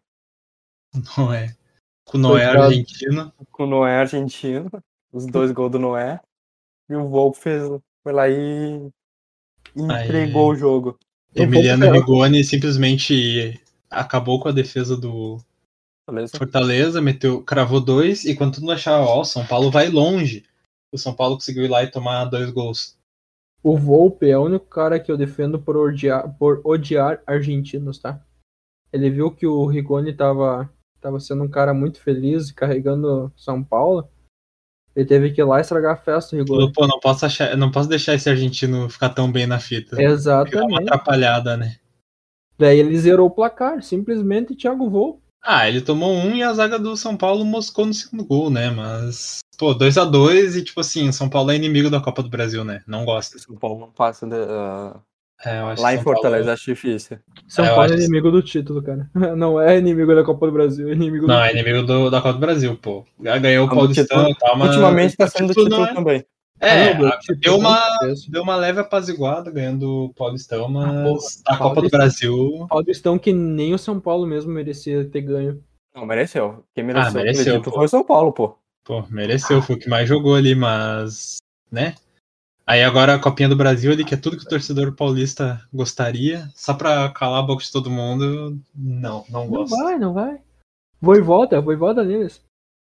Não é. Com o Noé
Coitado.
argentino.
com o Noé argentino, os dois gols do Noé, e o Volpe fez, foi lá e entregou
Aí,
o jogo.
Emiliano
Eu vou-
Rigoni simplesmente acabou com a defesa do
Beleza?
Fortaleza, meteu, cravou dois, e quando todo mundo achava, ó, o São Paulo vai longe, o São Paulo conseguiu ir lá e tomar dois gols.
O Volpe é o único cara que eu defendo por odiar, por odiar argentinos, tá? Ele viu que o Rigoni tava, tava sendo um cara muito feliz e carregando São Paulo. Ele teve que ir lá e estragar a festa, o Rigoni.
Pô, não posso, achar, não posso deixar esse argentino ficar tão bem na fita. Porque dá uma
Exatamente.
atrapalhada, né?
Daí ele zerou o placar, simplesmente Thiago Volpe.
Ah, ele tomou um e a zaga do São Paulo moscou no segundo gol, né? Mas, pô, dois a dois e, tipo assim, o São Paulo é inimigo da Copa do Brasil, né? Não gosta.
São Paulo não passa de, ah,
É, eu acho
lá
que
em
São
Fortaleza,
Paulo...
acho difícil.
São
eu
Paulo é
acho-
inimigo do título, cara. Não é inimigo da Copa do Brasil, é inimigo
Não,
do
é
título.
inimigo do, da Copa do Brasil, pô. Já ganhou o
Não, do
Paulistão
título.
e tal, mas...
Ultimamente tá sendo do
título
título
não é-
também.
É,
Ah, não, do
a-
título,
deu,
com
uma,
certeza.
deu uma leve apaziguada ganhando o Paulistão,
Ah, porra,
mas a Copa do
Paulistão.
Brasil...
Paulistão que nem o São Paulo mesmo merecia ter ganho.
Não, mereceu. Quem
Ah,
mereceu, aquele
mereceu,
título
pô.
foi o São Paulo, pô.
Pô, mereceu, foi o que mais jogou ali, mas... né? Aí agora a Copinha do Brasil ali, que é tudo que o torcedor paulista gostaria, só pra calar a boca de todo mundo, não, não
Não
gosto.
vai, não vai. Vou e volta, vou e volta neles.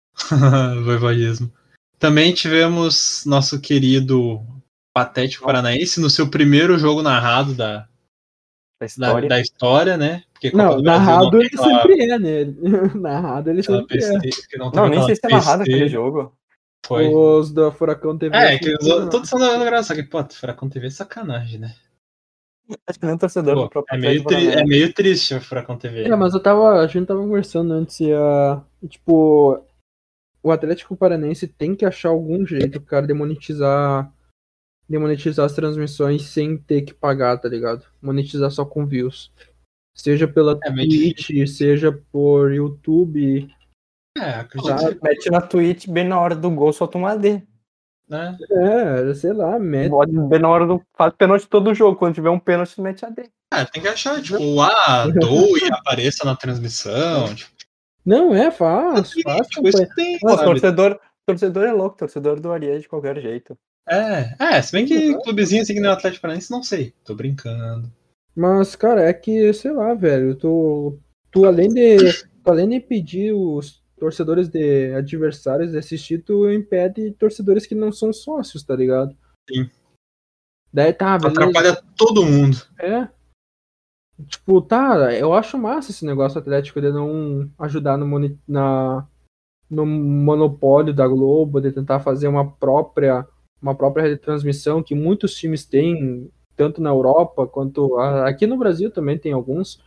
Voivodismo. Também tivemos nosso querido Patético Paranaense no seu primeiro jogo narrado da,
Da
da,
história.
da história, né? Porque Copa
Não,
do Brasil
narrado
não tem
ele
aquela,
sempre é, né? Narrado ele
aquela
sempre é.
besteira, que não,
Não,
teve
nem
aquela
sei se é narrado aquele
besteira.
jogo.
Foi.
Os da Furacão T V.
É,
assim,
que os,
tudo,
todos são da graça, que, pô, Furacão T V é sacanagem, né?
Acho que nem o torcedor
Pô,
do próprio
é, meio
Atlético
tri- é
Paranaense.
meio triste o Furacão T V.
É, mas eu tava. A gente tava conversando antes e a. Tipo. O Atlético Paranaense tem que achar algum jeito, cara, de monetizar. De monetizar as transmissões sem ter que pagar, tá ligado? Monetizar só com views. Seja pela
É meio
Twitch, seja por YouTube.
É, acredito
Tá.
que,
Mete na Twitch bem na hora do gol, solta um A D.
né?
É, sei lá, mete.
Bota bem na hora do. Faz pênalti todo jogo. Quando tiver um pênalti, mete A D.
É, tem que achar, tipo, ah, doe, apareça na transmissão. Tipo,
Não, é, faz, faz
tipo, isso
campanha.
tem,
Mas
sabe?
torcedor, torcedor é louco, torcedor doaria de qualquer jeito.
É, é, se bem que clubezinho assim que nem o Atlético Paranaense, não sei. Tô brincando.
Mas, cara, é que, sei lá, velho, tu, tu além de, tu além de impedir os torcedores de adversários de assistir, tu impede torcedores que não são sócios, tá ligado?
Sim.
Daí tá, beleza.
Atrapalha todo mundo.
É. Tipo, tá, eu acho massa esse negócio atlético de não ajudar no, moni- na, no monopólio da Globo, de tentar fazer uma própria, uma própria retransmissão que muitos times têm, tanto na Europa quanto a- aqui no Brasil também tem alguns.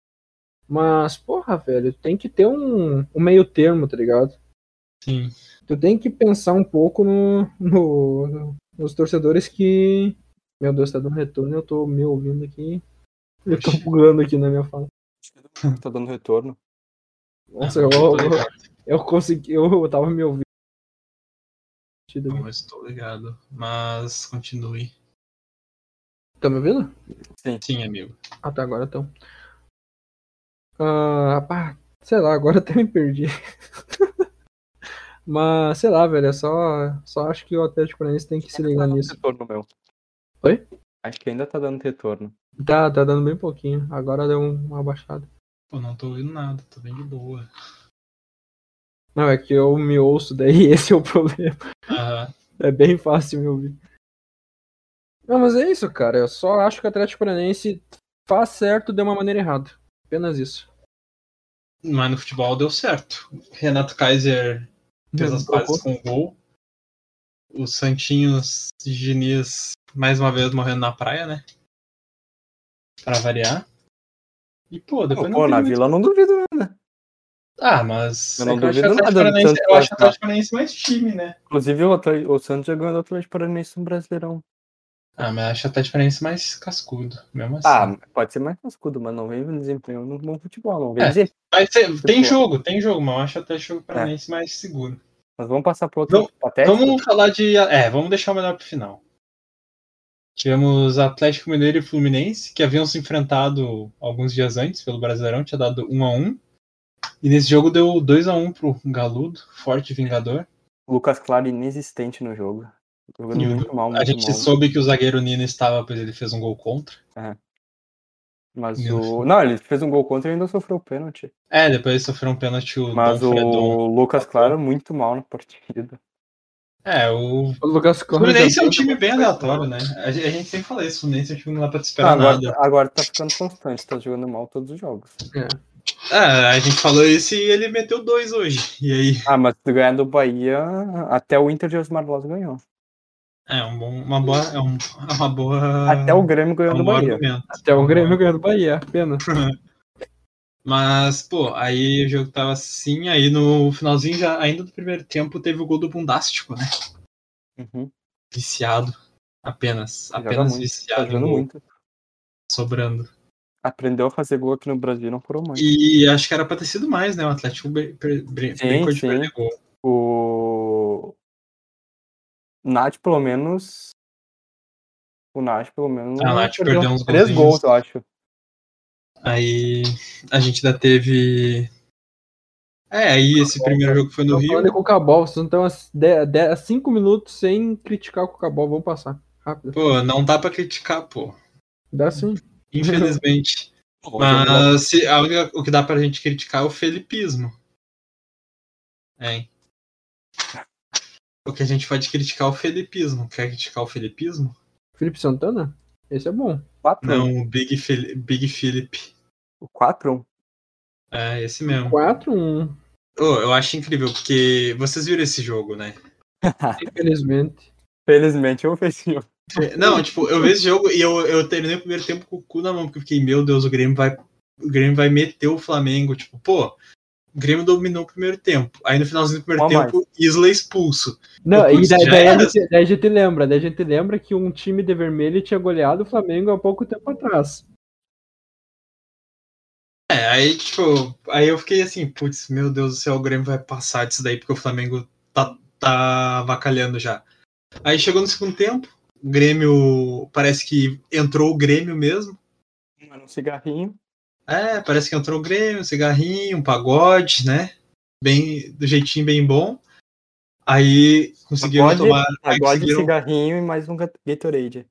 Mas, porra, velho, tem que ter um, um meio termo, tá ligado?
Sim.
Tu tem que pensar um pouco no, no- nos torcedores que. Meu Deus, tá dando retorno, eu tô me ouvindo aqui. Eu tô
Oxi.
bugando aqui na minha fala.
Tá dando retorno.
Nossa,
Ah,
eu,
tô
eu,
ligado.
eu consegui, eu, eu tava me ouvindo.
Não, estou ligado. Mas continue.
Tá me ouvindo?
Sim, amigo.
Ah, tá, agora então. Ah, pá, sei lá, agora até me perdi. Mas, sei lá, velho, é só, só acho que o Atlético Paranaense tem que se ligar
Tá dando
nisso.
retorno, meu.
Oi?
Acho que ainda tá dando retorno.
Tá, tá dando bem pouquinho. Agora deu um- uma baixada.
Pô, não tô ouvindo nada, tô bem de boa.
Não, é que eu me ouço, daí esse é o problema.
Aham.
É bem fácil me ouvir. Não, mas é isso, cara. Eu só acho que o Atlético Paranaense faz certo de uma maneira errada. Apenas isso.
Mas no futebol deu certo. Renato Kaiser fez as pazes com o gol. Os Santinhos e Diniz mais uma vez morrendo na praia, né? Pra variar. E, pô, depois não
Pô,
tem
na
muito-
Vila eu não duvido nada.
Ah, mas
Eu não
é que eu acho
duvido
o Atlético
nada do
Paranaense-
Santos
eu acho o
passar.
Atlético Paranaense mais time, né?
Inclusive o, Atl- o Santos já ganhou do Atlético Paranaense no Brasileirão.
Ah, mas eu acho o Atlético Paranaense mais cascudo, mesmo assim.
Ah, pode ser mais cascudo, mas não vem desempenho no bom futebol, não vem
É.
desempenho.
Mas tem, tem
Tipo-
jogo, tem jogo, mas eu acho o Atlético Paranaense mais seguro.
Mas vamos passar pro outro
Não,
patético?
Vamos falar de. É, vamos deixar o melhor pro final. Tivemos Atlético Mineiro e Fluminense, que haviam se enfrentado alguns dias antes pelo Brasileirão, tinha dado um a um. E nesse jogo deu dois a um pro Galudo, forte vingador.
Lucas Claro inexistente no jogo. Jogando
E o-
muito mal,
a
muito
gente
mal.
soube que o zagueiro Nino estava, pois ele fez um gol contra.
Mas
Meu
o. Não, ele fez um gol contra e ainda sofreu pênalti.
É, depois sofreu um pênalti o
Mas
Dom Fredon.
o Lucas Claro muito mal na partida.
É, o
O Lucas
O
Claro
Fluminense é um
já-
time bem aleatório, né? A gente a gente sempre fala isso, o Fluminense é um time que não dá pra te esperar
Ah, agora,
nada.
agora tá ficando constante, tá jogando mal todos os jogos.
É.
É, a gente falou isso e ele meteu dois hoje. E aí,
Ah, mas se ganhar do Bahia, até o Inter de Osmar Loz ganhou.
é um bom, uma boa. É um, é uma boa.
Até o Grêmio
é
ganhou
um
do
bom
Bahia.
argumento.
Até o Grêmio ganhou do Bahia, apenas.
Mas, pô, aí o jogo tava assim, aí no finalzinho, já, ainda do primeiro tempo, teve o gol do Bundástico, né?
Uhum.
Viciado. Apenas.
Joga
Apenas
muito, tá
viciado em
jogando
gol,
muito.
sobrando.
Aprendeu a fazer gol aqui no Brasil, não foram muito.
E acho que era pra ter sido mais, né? O Atlético br- br- br-
Sim,
brincou de
sim.
perder gol.
O Nath, pelo menos. O Nath, pelo menos.
Ah, Nath
perdeu
perdeu uns
três
golzinhos.
gols, eu acho.
Aí a gente ainda teve. É, aí esse primeiro jogo foi no
Tô falando de
Rio.
Cucabol, vocês não estão cinco minutos sem criticar o Cucabol, vamos passar. Rápido.
Pô, não dá pra criticar, pô.
Dá sim.
Infelizmente.
Bom, jogo lá.
Mas se, a única, o que dá pra gente criticar é o felipismo. É. O que a gente pode criticar é o felipismo. Quer criticar o felipismo?
Felipe Santana? Esse é bom.
quatro a um.
Não, o Big, Fel- Big Philip.
O quatro a um.
É, esse mesmo.
quatro a um,
Ô, eu acho incrível, porque vocês viram esse jogo, né?
infelizmente.
Felizmente eu fiz isso.
Não, tipo, eu vi esse jogo e eu, eu terminei o primeiro tempo com o cu na mão, porque eu fiquei, meu Deus, o Grêmio vai. O Grêmio vai meter o Flamengo. Tipo, pô, o Grêmio dominou o primeiro tempo. Aí no finalzinho do primeiro
Uma
tempo, Isla expulso.
Não,
Putz,
e daí,
já
daí, a
era.
gente, daí a gente lembra, daí a gente lembra que um time de vermelho tinha goleado o Flamengo há pouco tempo atrás.
É, aí, tipo, aí eu fiquei assim, putz, meu Deus do céu, o Grêmio vai passar disso daí, porque o Flamengo tá, tá avacalhando já. Aí chegou no segundo tempo, o Grêmio, parece que entrou o Grêmio mesmo.
Um cigarrinho.
É, parece que entrou o Grêmio, um cigarrinho, um pagode, né? Bem, do jeitinho bem bom. Aí conseguiram
Pagode,
tomar. Aí
pagode,
conseguiram...
cigarrinho e mais um Gatorade.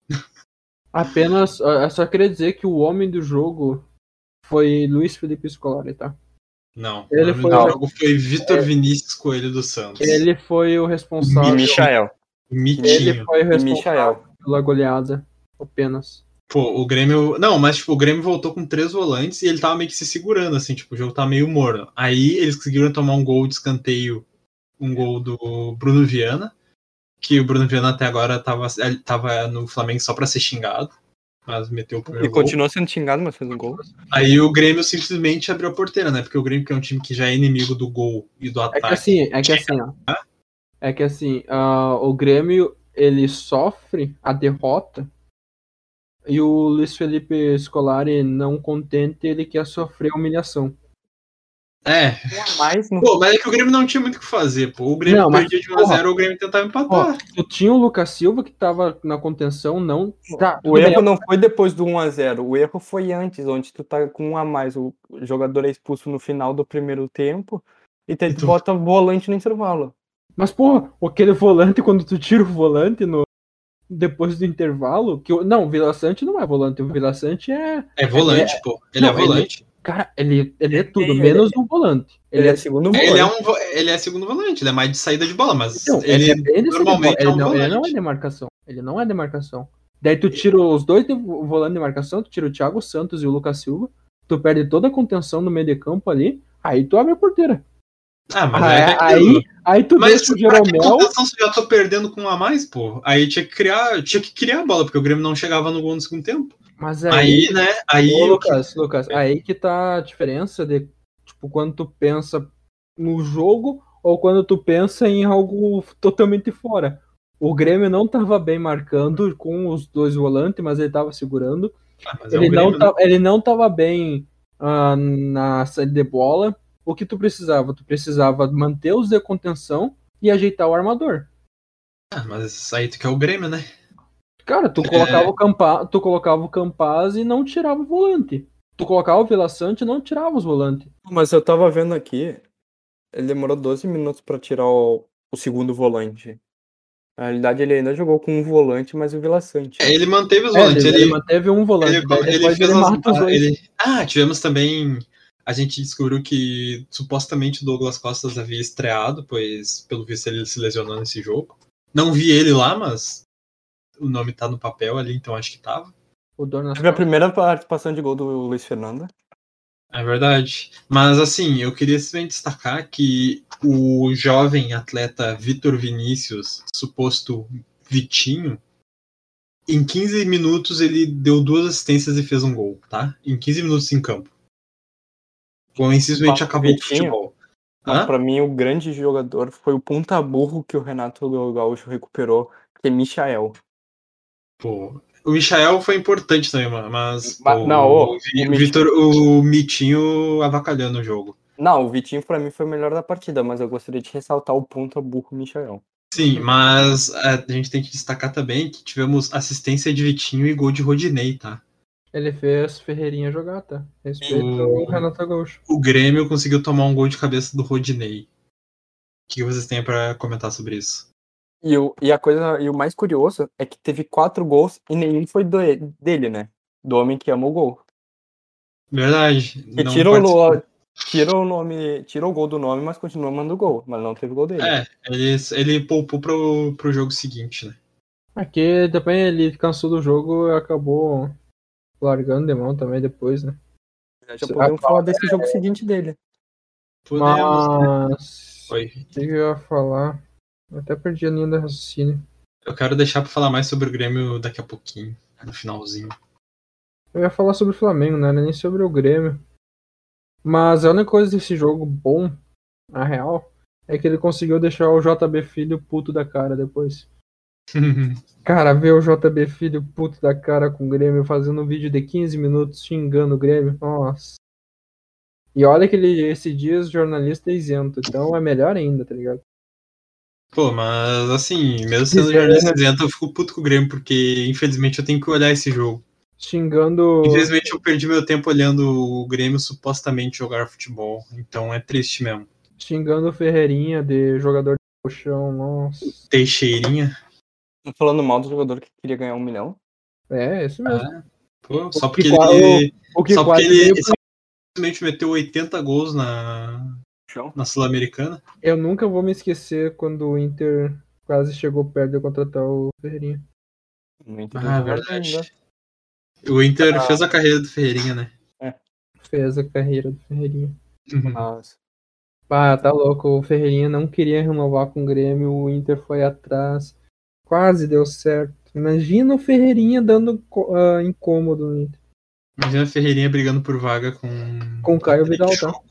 Apenas, eu só queria dizer que o homem do jogo foi Luiz Felipe Scolari, tá?
Não,
Ele
o nome
foi
do
o-
jogo foi Vitor Vinícius Coelho dos Santos.
Ele foi o responsável.
E Michael.
Mitinho.
Ele foi o
E
responsável
Michael.
pela goleada. Apenas.
Pô, o Grêmio. Não, mas tipo, o Grêmio voltou com três volantes e ele tava meio que se segurando, assim, tipo, o jogo tava meio morno. Aí eles conseguiram tomar um gol de escanteio, um gol do Bruno Viana, que o Bruno Viana até agora tava, tava no Flamengo só pra ser xingado, mas meteu o primeiro
E
gol.
continuou sendo xingado, mas fez um gol.
Aí o Grêmio simplesmente abriu a porteira, né? Porque o Grêmio, que é um time que já é inimigo do gol e do
É
ataque.
que assim, é que assim, ó. É que assim, ah, o Grêmio, ele sofre a derrota e o Luiz Felipe Scolari, não contente, ele quer sofrer a humilhação.
É.
Mais no...
Pô, mas é que o Grêmio não tinha muito o que fazer, pô. O Grêmio
Não, mas,
perdia de um a zero, o Grêmio tentava empatar.
Ó, tu tinha o Lucas Silva que tava na contenção, não. Tá,
O
tudo
erro
bem.
não foi depois do um a zero, o erro foi antes, onde tu tá com um a mais, o jogador é expulso no final do primeiro tempo e tu
Então-
bota volante no intervalo.
Mas, porra, aquele volante, quando tu tira o volante no... depois do intervalo, que o... não, o Vila Sante não é volante, o Vila Sante é.
É volante, pô. Ele
Não,
é volante.
Cara, ele, ele é tudo,
Ele-
menos um volante.
Ele é segundo volante.
Ele é, um, vo- ele é segundo volante, ele é mais de saída de bola, mas
Então,
ele,
é bem desse
normalmente
tipo,
é
ele,
um
não, ele
volante.
não é demarcação. Ele não é demarcação. Daí tu tira os dois de volante de marcação, tu tira o Thiago Santos e o Lucas Silva, tu perde toda a contenção no meio de campo ali, aí tu abre a porteira.
Ah, mas
Aí,
é
aí, aí tu
mas
deixa o
pra que
Jeromel.
contenção se eu já tô perdendo com um a mais, pô? Aí tinha que criar, tinha que criar a bola, porque o Grêmio não chegava no gol no segundo tempo.
Mas aí,
Aí, né? Aí
ô,
o que-
Lucas, Lucas, aí que tá a diferença de, tipo, quando tu pensa no jogo ou quando tu pensa em algo totalmente fora. O Grêmio não tava bem marcando com os dois volantes, mas ele tava segurando.
Ah, mas é
Ele
o
não,
Grêmio, né?
tá, ele não tava bem ah, na saída de bola. O que tu precisava? Tu precisava manter os de contenção e ajeitar o armador.
Ah, mas aí tu quer o Grêmio, né?
Cara, tu colocava o Campa, tu colocava o Campaz e não tirava o volante. Tu colocava o Vila Sante e não tirava os volantes.
Mas eu tava vendo aqui, ele demorou doze minutos pra tirar o, o segundo volante. Na realidade, ele ainda jogou com um volante, mas o Vila Sante.
É, ele manteve os
É,
volantes.
ele, ele
Ele,
manteve um volante,
ele,
daí
ele
depois
fez
ele
as.
mata os
ah,
dois.
ele- Ah, tivemos também. A gente descobriu que supostamente o Douglas Costas havia estreado, pois pelo visto ele se lesionou nesse jogo. Não vi ele lá, mas o nome tá no papel ali, então acho que tava.
O dor nas
Teve a
costas.
primeira participação de gol do Luiz Fernando.
É verdade. Mas assim, eu queria simplesmente destacar que o jovem atleta Vitor Vinícius, suposto Vitinho, em quinze minutos ele deu duas assistências e fez um gol, tá? Em quinze minutos em campo. Bom, e simplesmente
Mas o
acabou com o
Vitinho-
futebol.
Mas
Hã?
pra mim, o grande jogador foi o ponta burro que o Renato Gaúcho recuperou, que é Michael.
Pô, o Michael foi importante também, mano, mas
Ma-
pô,
não, ô,
o, Vi-
o
o
Mich-
Vitor, o Mitinho avacalhando o jogo.
Não, o Vitinho pra mim foi o melhor da partida, mas eu gostaria de ressaltar o ponta burro Michael.
Sim, mas a gente tem que destacar também que tivemos assistência de Vitinho e gol de Rodinei, tá?
Ele fez Ferreirinha jogar, tá? Respeita
O-
o Renato Gaúcho.
O Grêmio conseguiu tomar um gol de cabeça do Rodinei. O que vocês têm pra comentar sobre isso?
E o, e a coisa, e o mais curioso é que teve quatro gols e nenhum foi do, dele, né? Do homem que ama o gol.
Verdade.
E
não
tira o,
participou.
lo- tira o nome, tira o gol do nome, mas continua mandando gol, mas não teve gol dele.
É, ele, ele poupou pro, pro jogo seguinte, né?
Aqui também ele cansou do jogo e acabou largando de mão também depois, né?
Já podemos falar desse jogo seguinte dele.
Podemos.
Mas.
Oi.
O que eu ia falar? Eu até perdi a linha do raciocínio.
Eu quero deixar pra falar mais sobre o Grêmio daqui a pouquinho, no finalzinho.
Eu ia falar sobre o Flamengo, não era nem sobre o Grêmio. Mas a única coisa desse jogo bom, na real, é que ele conseguiu deixar o J B Filho puto da cara depois. Cara, ver o J B Filho puto da cara com o Grêmio fazendo um vídeo de quinze minutos xingando o Grêmio, nossa. E olha que ele, esse dia, os jornalistas é isento, então é melhor ainda, tá ligado?
Pô, mas assim, mesmo sendo
Isso,
jornalista
né?
isento, eu fico puto com o Grêmio, porque infelizmente eu tenho que olhar esse jogo.
Xingando.
Infelizmente eu perdi meu tempo olhando o Grêmio supostamente jogar futebol, então é triste mesmo.
Xingando o Ferreirinha de jogador de colchão, nossa.
Teixeirinha,
Tá falando mal do jogador que queria ganhar um milhão?
É, esse mesmo.
ah, pô, só
O que
porque
qua-
ele,
O que
só porque
quase
ele
veio
só simplesmente meteu oitenta gols na,
Chão.
na Sul-Americana.
Eu nunca vou me esquecer quando o Inter quase chegou perto de contratar o Ferreirinha.
Não entendi
Ah,
nada
verdade.
ainda.
O Inter
Ah.
fez a carreira do Ferreirinha, né?
Fez a carreira do Ferreirinha.
Mas
Ah, tá louco. O Ferreirinha não queria renovar com o Grêmio, o Inter foi atrás. Quase deu certo. Imagina o Ferreirinha dando co- ah, incômodo no Inter.
Imagina a Ferreirinha brigando por vaga com.
Com o Caio
Patrick.
Vidal, tá?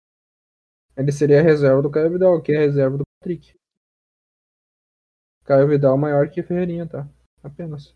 Ele seria a reserva do Caio Vidal, que é a reserva do Patrick. Caio Vidal maior que Ferreirinha, tá? Apenas.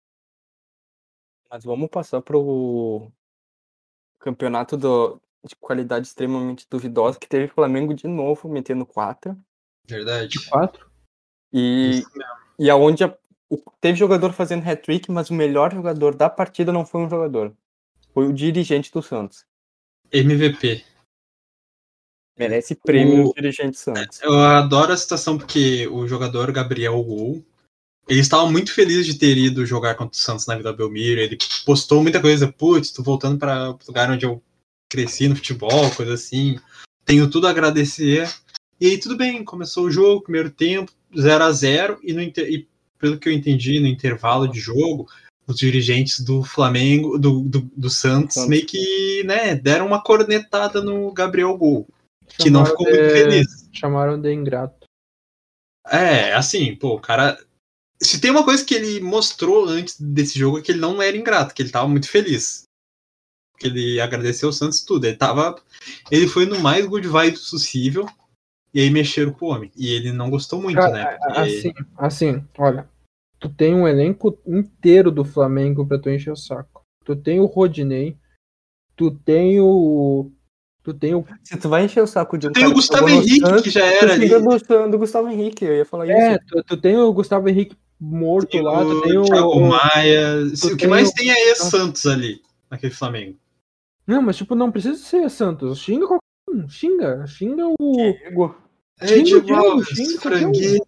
Mas vamos passar pro campeonato do, de qualidade extremamente duvidosa, que teve Flamengo de novo metendo quatro.
Verdade.
Quatro?
E,
Isso mesmo.
e aonde a- o- teve jogador fazendo hat-trick, mas o melhor jogador da partida não foi um jogador. Foi o dirigente do Santos.
M V P.
Merece prêmio
O-
o dirigente Santos.
Eu adoro a situação porque o jogador Gabriel Gol, ele estava muito feliz de ter ido jogar contra o Santos na Vila Belmiro. Ele postou muita coisa, putz, tô voltando para o lugar onde eu cresci no futebol, coisa assim. Tenho tudo a agradecer. E aí tudo bem, começou o jogo, primeiro tempo, zero a zero, e, no inter... e pelo que eu entendi, no intervalo de jogo, os dirigentes do Flamengo, do, do, do Santos,
Santos.
meio que, né, deram uma cornetada no Gabriel Gol, que não
Chamaram
ficou
de-
muito feliz.
Chamaram de ingrato.
É, assim, pô, o cara. Se tem uma coisa que ele mostrou antes desse jogo é que ele não era ingrato, que ele tava muito feliz. Que ele agradeceu o Santos tudo. Ele tava. Ele foi no mais good vibes possível. E aí mexeram com o homem. E ele não gostou muito,
Cara,
né? Porque...
assim, assim, olha. Tu tem um elenco inteiro do Flamengo pra tu encher o saco. Tu tem o Rodinei. Tu tem o. Tu tem o.
Se tu vai encher o saco de um
Tem o
cara que
Gustavo
jogou no
Henrique,
Santos,
que já
tu
era ali.
fica do, do Gustavo Henrique, eu ia falar
É,
isso.
tu, tu tem o Gustavo Henrique morto
Tem
lá, tu tem
o
o.
Thiago
o-
Maia.
tu
O que
tem
mais
o-
tem é ex-Santos ali, naquele Flamengo.
Não, mas tipo, não precisa ser Santos. Xinga qualquer um. Xinga. Xinga o.
Diego,
É,
Xinga o
Diego
Diego,
Alves,
xinga qualquer um.
frangueiro.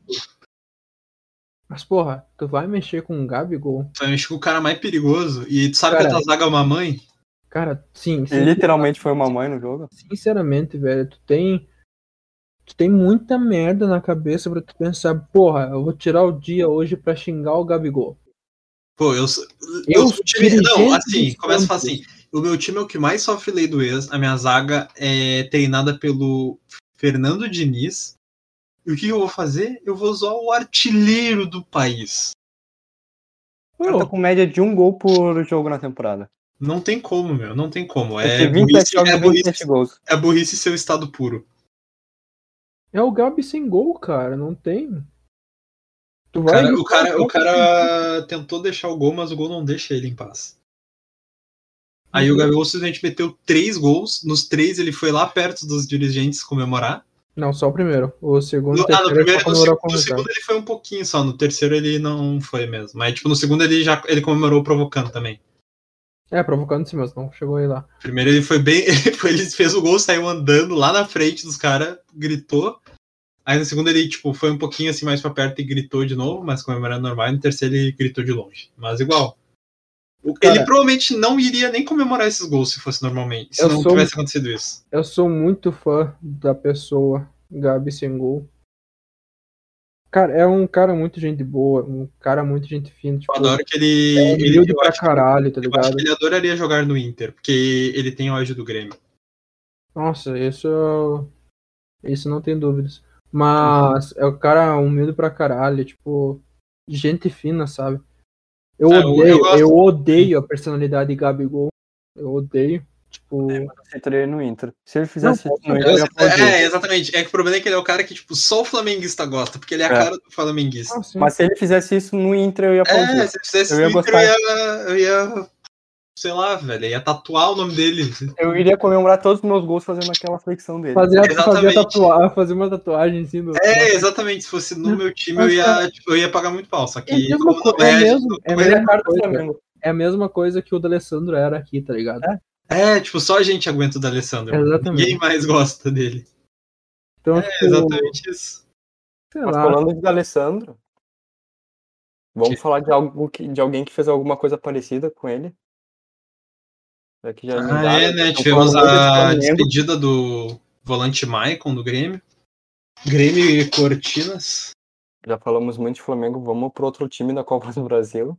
Mas porra, tu vai mexer com o Gabigol.
Vai mexer com o cara mais perigoso. E tu sabe
Cara,
que a tua zaga é uma mãe?
Cara, sim, sim.
literalmente foi uma mãe no jogo.
Sinceramente, velho, tu tem. Tu tem muita merda na cabeça pra tu pensar, porra, eu vou tirar o dia hoje pra xingar o Gabigol.
Pô, eu sou.
Eu
eu
sou
sou time... Não,
dirigente
assim,
do
começa a falar
Santos.
assim. O meu time é o que mais sofre lei do ex. A minha zaga é treinada pelo Fernando Diniz. E o que eu vou fazer? Eu vou usar o artilheiro do país.
O cara tá com média de um gol por jogo na temporada.
Não tem como, meu. Não tem como.
Vai
É
ter vinte e sete
burrice,
jogos
é
e vinte e sete
burrice,
gols.
é burrice seu estado puro.
É o Gabi sem gol, cara, não tem. Tu
O
vai
cara, o
irritar
cara, o
Gabi sem gol.
cara tentou deixar o gol, mas o gol não deixa ele em paz. Aí o Gabigol simplesmente meteu três gols. Nos três ele foi lá perto dos dirigentes comemorar.
Não, só o primeiro. O segundo
No,
e
ah, no
terceiro ele
primeiro
só
e no,
comemorou
segundo,
com o
no
Ricardo.
segundo ele foi um pouquinho só. No terceiro ele não foi mesmo. Mas tipo, no segundo ele já ele comemorou provocando também.
É, provocando sim, mas não chegou aí lá.
Primeiro ele foi bem. Ele, foi, ele fez o gol, saiu andando lá na frente dos caras, gritou. Aí no segundo ele, tipo, foi um pouquinho assim mais pra perto e gritou de novo, mas comemorando normal. E no terceiro ele gritou de longe. Mas igual. O-
Cara,
ele provavelmente não iria nem comemorar esses gols se fosse normalmente. Se
eu
não
sou-
tivesse acontecido isso.
Eu sou muito fã da pessoa Gabi sem gol. Cara, é um cara muito gente boa, um cara muito gente fina. Tipo,
Eu adoro que ele.
é
ele
humilde
eu
pra
acho que-
caralho, tá
Eu acho
ligado?
que ele adoraria jogar no Inter, porque ele tem ódio do Grêmio.
Nossa, isso. Isso não tem dúvidas. Mas é o cara humilde pra caralho, tipo, gente fina, sabe? Eu
Ah, eu- eu
odeio,
gosto.
eu odeio a personalidade de Gabigol. Eu odeio. Tipo.
Aceitaria ele no Inter. Se ele fizesse
Não,
isso no
eu-
Inter, eu ia aplaudir.
É, exatamente. É que o problema é que ele é o cara que, tipo, só o flamenguista gosta, porque ele é a
É.
cara do flamenguista.
Ah, sim.
Mas se ele fizesse isso no Inter, eu ia aplaudir.
É, se ele fizesse
Eu ia
no Inter,
gostar.
eu ia, eu ia. Sei lá, velho. Eu ia tatuar o nome dele.
Eu iria comemorar todos os meus gols fazendo aquela flexão dele.
Fazer, a- fazer, a
Exatamente.
tatua- fazer uma tatuagem assim do.
É, exatamente. Se fosse no meu time, eu
Mas,
ia,
cara,
tipo, eu ia pagar muito pau. Só
É a
que,
mesma,
como
co-
não
é
é,
mesmo, é a
tipo,
Ele é a
mesma
cara do
coisa.
Flamengo.
É a mesma coisa que o D'Alessandro era aqui, tá ligado?
É.
é, tipo, só a gente aguenta o D'Alessandro.
Exatamente.
Ninguém mais gosta dele.
Então,
É
tipo,
exatamente isso.
sei
Mas
lá.
falando de Alessandro, vamos
Que-
falar de, algo que, de alguém que fez alguma coisa parecida com ele. Já que já
Ah,
lidaram,
é, né?
estão
Tivemos
falando muito desse
a
Flamengo.
despedida do volante Maicon do Grêmio. Grêmio e Cortinas.
Já falamos muito de Flamengo, vamos pro outro time da Copa do Brasil.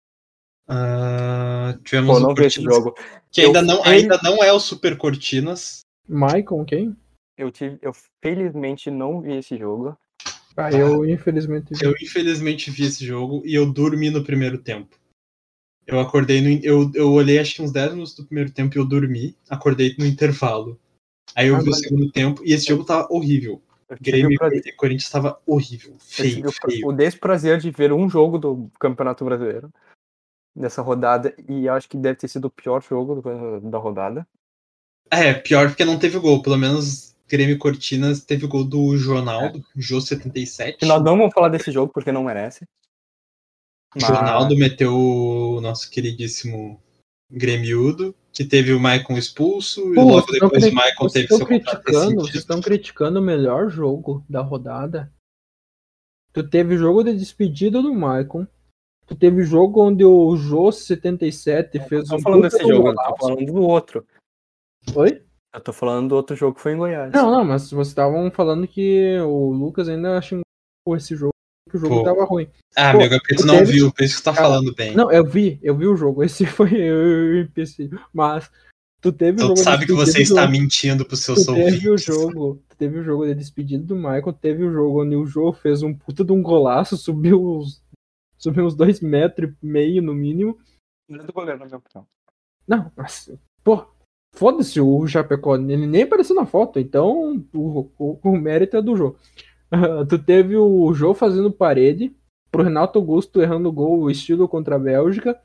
Ah, tivemos
Pô,
o
não vi esse
Cortinas,
jogo.
que ainda
Eu
não,
fel-
ainda não é o Super Cortinas.
Maicon, quem?
Eu, tive, eu felizmente não vi esse jogo.
Ah, eu infelizmente vi.
Eu infelizmente vi esse jogo e eu dormi no primeiro tempo. Eu acordei no. Eu, eu olhei acho que uns dez minutos do primeiro tempo e eu dormi. Acordei no intervalo. Aí eu
Ah,
vi o
mas-
segundo tempo e esse jogo tava horrível.
Eu tive,
Grêmio
o, prazer,
e Corinthians tava horrível.
eu tive
Feio,
o, pra-
feio.
o desprazer de ver um jogo do Campeonato Brasileiro nessa rodada, e acho que deve ter sido o pior jogo do- da rodada.
É, pior porque não teve gol. Pelo menos Grêmio e Cortinas teve gol do Ronaldo, Jô setenta e sete.
E nós não vamos falar desse jogo porque não merece.
O
Mas-
Ronaldo meteu o nosso queridíssimo Grêmiudo, que teve o Maicon expulso, e
Pô,
logo
vocês estão
depois
cri-
o Maicon
vocês
teve
estão
seu contrato
criticando,
rescindido.
vocês estão criticando o melhor jogo da rodada. Tu teve o jogo de despedida do Maicon. Tu teve o jogo onde o Jô setenta e sete fez
Não
um
tô falando
puta
desse
de um
jogo, eu tô
golaço.
falando do outro.
Oi?
Eu tô falando do outro jogo que foi em Goiás.
Não, não, mas vocês estavam falando que o Lucas ainda xingou esse jogo, que o jogo
Pô.
tava ruim.
Ah,
Pô,
meu, porque tu
tu
não
teve-
viu, por isso que tu tá
Cara,
falando bem.
Não, eu vi, eu vi o jogo. Esse foi o empecilho. Mas tu teve o
Tu
jogo de
sabe que você
despedida
está
do-
mentindo pros seus
Tu teve o
ouvintes.
jogo, tu teve o jogo de despedida do Michael, teve o jogo onde o Jô fez um puta de um golaço, subiu os subiu uns dois metros e meio no mínimo.
Ele é do goleiro, na minha opinião.
Não, mas, pô, foda-se o Chapecó, ele nem apareceu na foto, então o, o, o mérito é do Jô. Tu teve o Jô fazendo parede, pro Renato Augusto errando gol, estilo contra a Bélgica.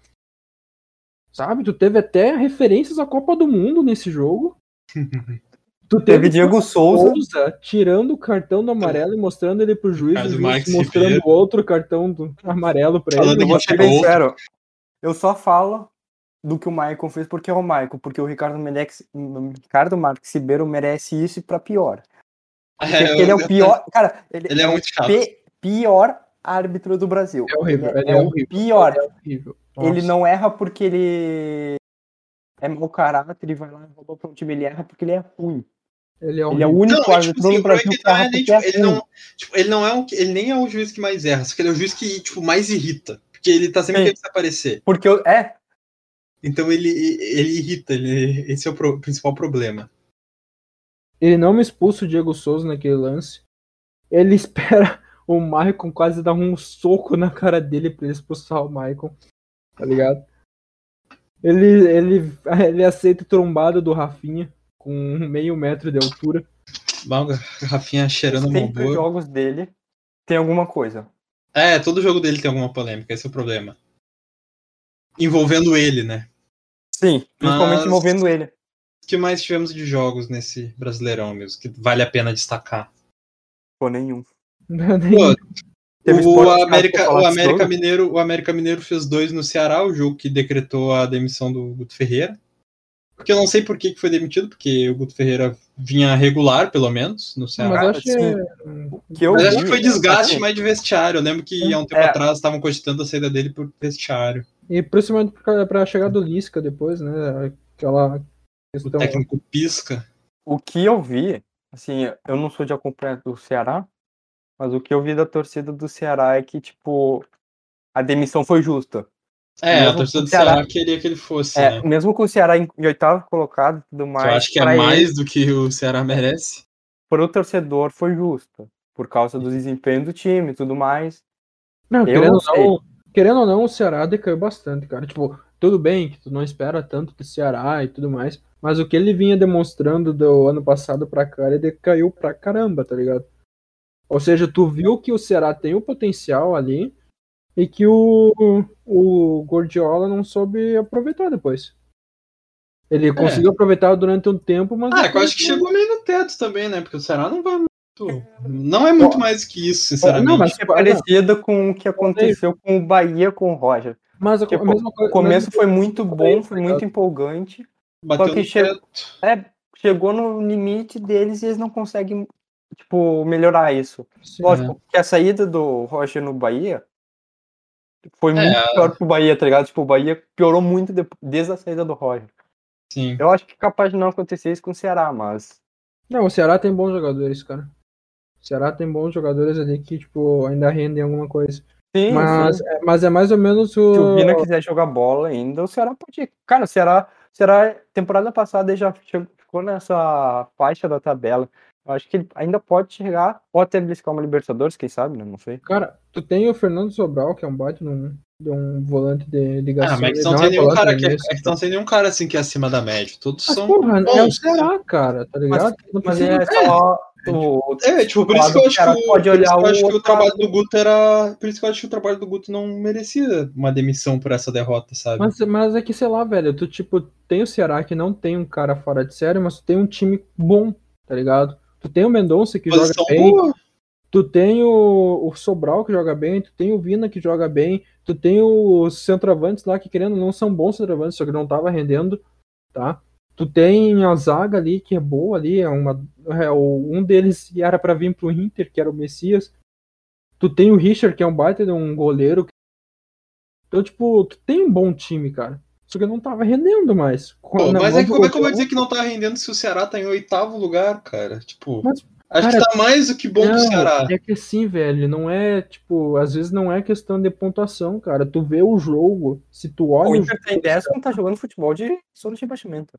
Sabe, tu teve até referências à Copa do Mundo nesse jogo. Tu
Teve
teve
Diego Souza.
Souza tirando o cartão do amarelo e mostrando ele pro juiz,
Ricardo
o juiz
Marques
mostrando
Ribeiro.
outro cartão do amarelo pra
Falando
ele.
Eu vou
que
ser
tirou
bem
outro.
sincero. Eu só falo do que o Maicon fez porque é o Maicon, porque o Ricardo, Medex, Ricardo Marques Ribeiro merece isso e pra pior. Porque
É,
ele é
eu-
o pior. Cara, ele,
Ele é
o
muito chato.
pe- pior árbitro do Brasil.
É horrível,
Ele é,
ele
é
é
o
horrível,
pior.
ele é horrível.
Ele
Nossa.
não erra porque ele é mau caráter e vai lá e rouba pra um time. Ele erra porque ele é ruim.
Ele é
Ele é o
horrível.
único
Não, e, tipo
árbitro
assim,
no
o problema é
Brasil
que
que
ele não
erra
é nem,
porque é
tipo, ele
ruim.
não, tipo, ele não é um, ele nem é o juiz que mais erra, só que ele é o juiz que, tipo, mais irrita. Porque ele tá sempre
Sim.
querendo se aparecer.
Porque eu, é,
Então ele, ele irrita, ele, esse é o pro- principal problema.
Ele não me expulsa o Diego Souza naquele lance. Ele espera o Maicon quase dar um soco na cara dele pra ele expulsar o Maicon. Tá ligado? Ele, ele, ele aceita o trombado do Rafinha com meio metro de altura.
Balga, Rafinha cheirando uma
sempre os
boa.
jogos dele tem alguma coisa.
É, todo jogo dele tem alguma polêmica, esse é o problema. Envolvendo ele, né?
Sim, principalmente
Mas-
envolvendo ele.
O que mais tivemos de jogos nesse Brasileirão mesmo, que vale a pena destacar?
Pô, nenhum.
Pô,
Teve
o
Sport pra
América,
falar
o,
desse
América
jogo?
Mineiro, o América Mineiro fez dois no Ceará, o jogo que decretou a demissão do Guto Ferreira. Porque eu não sei por que que foi demitido, porque o Guto Ferreira vinha regular, pelo menos, no
Mas
Ceará.
eu acho que
sim.
é-
Que eu
Mas
vi,
acho que foi desgaste
assim,
mais de vestiário. Eu lembro que há um tempo
É.
atrás estavam cogitando a saída dele por vestiário.
E principalmente pra, pra chegar do Lisca depois, né? Aquela
O
questão.
técnico pisca.
o que eu vi, assim, eu não sou de acompanhar do Ceará, mas o que eu vi da torcida do Ceará é que, tipo, a demissão foi justa.
É,
Mesmo
a torcida
com
do
o Ceará-
Ceará queria que ele fosse,
É,
né?
mesmo com o Ceará em, em oitavo colocado e tudo
Que
mais,
eu acho que é
pra
mais
ele,
do que o Ceará merece.
pro torcedor, foi justa. Por causa do desempenho do time e tudo mais.
Não,
Eu
querendo,
não
ou
sei.
não, querendo ou não, o Ceará decaiu bastante, cara. Tipo, tudo bem que tu não espera tanto do Ceará e tudo mais, mas o que ele vinha demonstrando do ano passado pra cá, ele decaiu pra caramba, tá ligado? Ou seja, tu viu que o Ceará tem o potencial ali e que o, o Guardiola não soube aproveitar depois. Ele conseguiu aproveitar durante um tempo, mas...
Ah, eu
depois
acho que
não-
chegou meio no teto também, né? Porque o Ceará não vai muito. Não é muito mais que isso, sinceramente.
Não, mas-
É parecido com o que aconteceu com o Bahia com o Roger.
Mas a,
Tipo,
a mesma
O
coisa...
começo
mesma
foi muito
coisa-
bom, foi muito empolgante.
Bateu
só que
no
che-
teto.
É, chegou no limite deles e eles não conseguem, tipo, melhorar isso.
Sim.
Lógico que a saída do Roger no Bahia foi muito
É.
pior pro Bahia, tá ligado? Tipo, o Bahia piorou muito de- desde a saída do Roger.
Sim.
Eu acho que é capaz de não acontecer isso com o Ceará, mas...
Não, o Ceará tem bons jogadores, cara. O Ceará tem bons jogadores ali que, tipo, ainda rendem alguma coisa.
Sim,
Mas,
sim.
é, mas é mais ou menos
Se o
o.
Vina quiser jogar bola ainda, o Ceará pode... Cara, o Ceará, o Ceará temporada passada ele já chegou- ficou nessa faixa da tabela. Eu acho que ele ainda pode chegar, ou até beliscar uma Libertadores, quem sabe, né? Não sei.
Cara, tu tem o Fernando Sobral, que é um baita de um, de um volante de ligação.
Ah, mas
Ele
não
não
tem
é
nenhum
volante
cara
de
que é,
início,
é que não tem nenhum cara assim que é acima da média. Todos
Mas,
são
porra, é o
bons.
Ceará, cara, tá ligado? Não
Mas
precisa-
é só... O,
É, tipo, por
o
isso que eu
lado
acho
Ceará
que, o,
pode
por isso
olhar
que eu acho que o
outro
trabalho
lado.
do Guto era. Por isso que eu acho que o trabalho do Guto não merecia uma demissão por essa derrota, sabe?
Mas, mas é que, sei lá, velho, tu, tipo, tem o Ceará que não tem um cara fora de série, mas tu tem um time bom, tá ligado? Tu tem o Mendonça que joga
Posição
bem,
boa.
tu tem o, o Sobral que joga bem, tu tem o Vina que joga bem, tu tem os centroavantes lá que, querendo ou não, são bons centroavantes, só que não tava rendendo, tá? Tu tem a zaga ali que é boa ali, é uma, é, o- um deles era pra vir pro Inter, que era o Messias. Tu tem o Richard, que é um baita de um goleiro. Então, tipo, tu tem um bom time, cara. Só que não tava rendendo mais.
Pô,
Na
mas
mão
é que
do
como é que eu vou
Guardiola-
dizer que não tá rendendo se o Ceará tá em oitavo lugar, cara? Tipo,
Mas,
acho
cara,
que tá mais do que bom pro
Não,
Ceará.
é que assim, velho, não é, tipo, às vezes não é questão de pontuação, cara. Tu vê o jogo, se tu olha
O
o
Inter
jogo,
tem dez quando tá jogando futebol de zona de rebaixamento.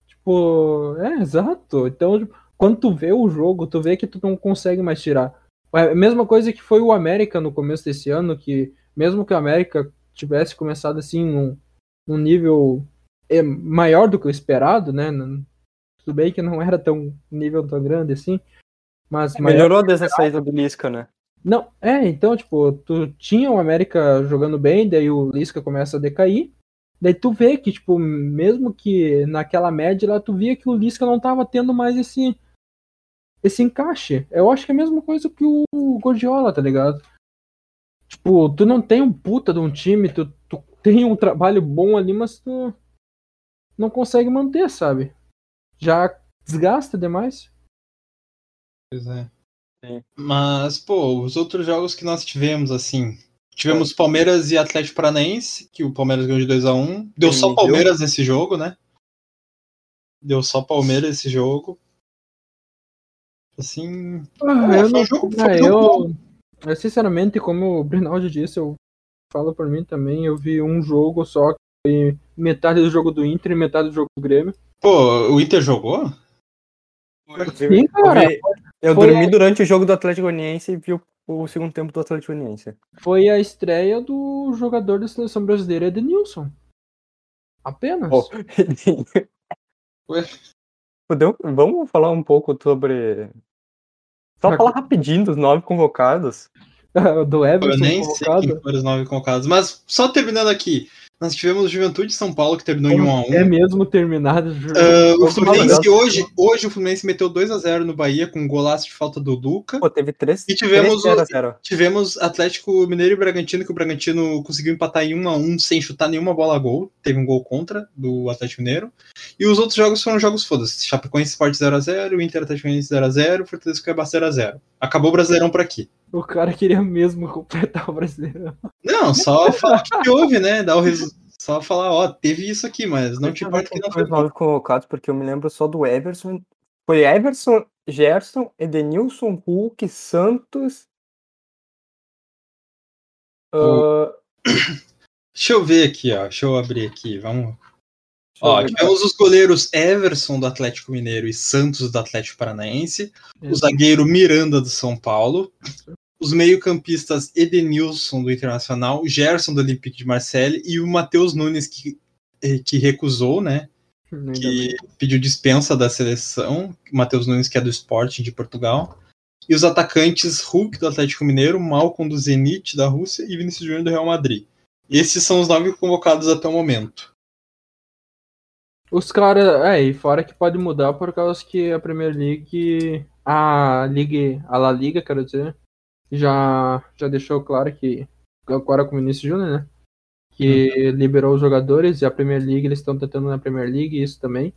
tipo, é, exato. Então, tipo, quando tu vê o jogo, tu vê que tu não consegue mais tirar. É a mesma coisa que foi o América no começo desse ano, que mesmo que o América tivesse começado assim num, num nível é, maior do que o esperado, né? Tudo bem que não era tão nível tão grande assim, mas maior.
Melhorou desde a saída do Lisca, né?
Não, é, então, tipo, tu tinha o América jogando bem, daí o Lisca começa a decair, daí tu vê que, tipo, mesmo que naquela média lá, tu via que o Lisca não tava tendo mais esse esse encaixe. Eu acho que é a mesma coisa que o Guardiola, tá ligado? Tipo, tu não tem um puta de um time, tu, tu tem um trabalho bom ali, mas tu não consegue manter, sabe? Já desgasta demais.
Pois é.
Sim.
Mas, pô, os outros jogos que nós tivemos, assim... Tivemos Palmeiras e Atlético Paranaense, que o Palmeiras ganhou de dois a um. Deu só Palmeiras nesse jogo, né? Deu só Palmeiras esse jogo. Assim...
Ah,
é,
eu
foi
não...
um jogo, foi
ah,
um jogo bom.
eu, eu, sinceramente, como o Brinaldi disse, eu falo por mim também, eu vi um jogo só, que foi metade do jogo do Inter e metade do jogo do Grêmio.
Pô, o Inter jogou?
Sim, cara.
Eu, vi- eu
Foi
dormi
a-
durante o jogo do Atlético Goianiense e vi o, o segundo tempo do Atlético Goianiense.
Foi a estreia do jogador da seleção brasileira, Edenilson. Apenas.
Pô,
Ué?
Podemos- vamos falar um pouco sobre. Só
Já-
falar rapidinho dos nove convocados.
do
Eu
Everson
nem sei quem
convocado.
foram os nove convocados. Mas só terminando aqui, nós tivemos Juventude São Paulo, que terminou em um a um.
É mesmo terminado.
Uh, o Fluminense
Jogo-
hoje, hoje o Fluminense meteu dois a zero no Bahia com um golaço de falta do Luca.
Pô, teve três.
E tivemos,
zero a zero.
tivemos Atlético Mineiro e Bragantino, que o Bragantino conseguiu empatar em um a um sem chutar nenhuma bola a gol. Teve um gol contra do Atlético Mineiro. E os outros jogos foram jogos foda-se. Chapecoense Sport zero a zero, Inter Atlético Mineiro zero a zero, Fortaleza Cuiabá zero a zero. Acabou o Brasileirão por aqui.
O cara queria mesmo completar o brasileiro.
Não, só falar o que houve, né? Dar o resu... Só falar, ó, teve isso aqui, mas não te importa que não foi
os nove convocados, porque eu me lembro só do Everson. Foi Everson, Gerson, Edenilson, Hulk, Santos. Uh,
Deixa eu ver aqui, ó. Deixa eu abrir aqui. Vamos.
deixa eu
Ó,
ver.
tivemos os goleiros Everson do Atlético Mineiro e Santos do Atlético Paranaense.
É.
O zagueiro Miranda do São Paulo. Os meio-campistas Edenilson do Internacional, Gerson do Olympique de Marseille e o Matheus Nunes, que, que recusou, né?
Ainda
Que
bem.
pediu dispensa da seleção. Matheus Nunes, que é do Sporting de Portugal. E os atacantes Hulk do Atlético Mineiro, Malcom do Zenit da Rússia e Vinícius Júnior do Real Madrid. Esses são os nove convocados até o momento.
Os caras. É, e fora que pode mudar por causa que a Premier League. A Liga. A La Liga, quero dizer. Já, já deixou claro que. Agora com o Vinícius Júnior, né? Que uhum. liberou os jogadores e a Premier League, eles estão tentando na Premier League isso também.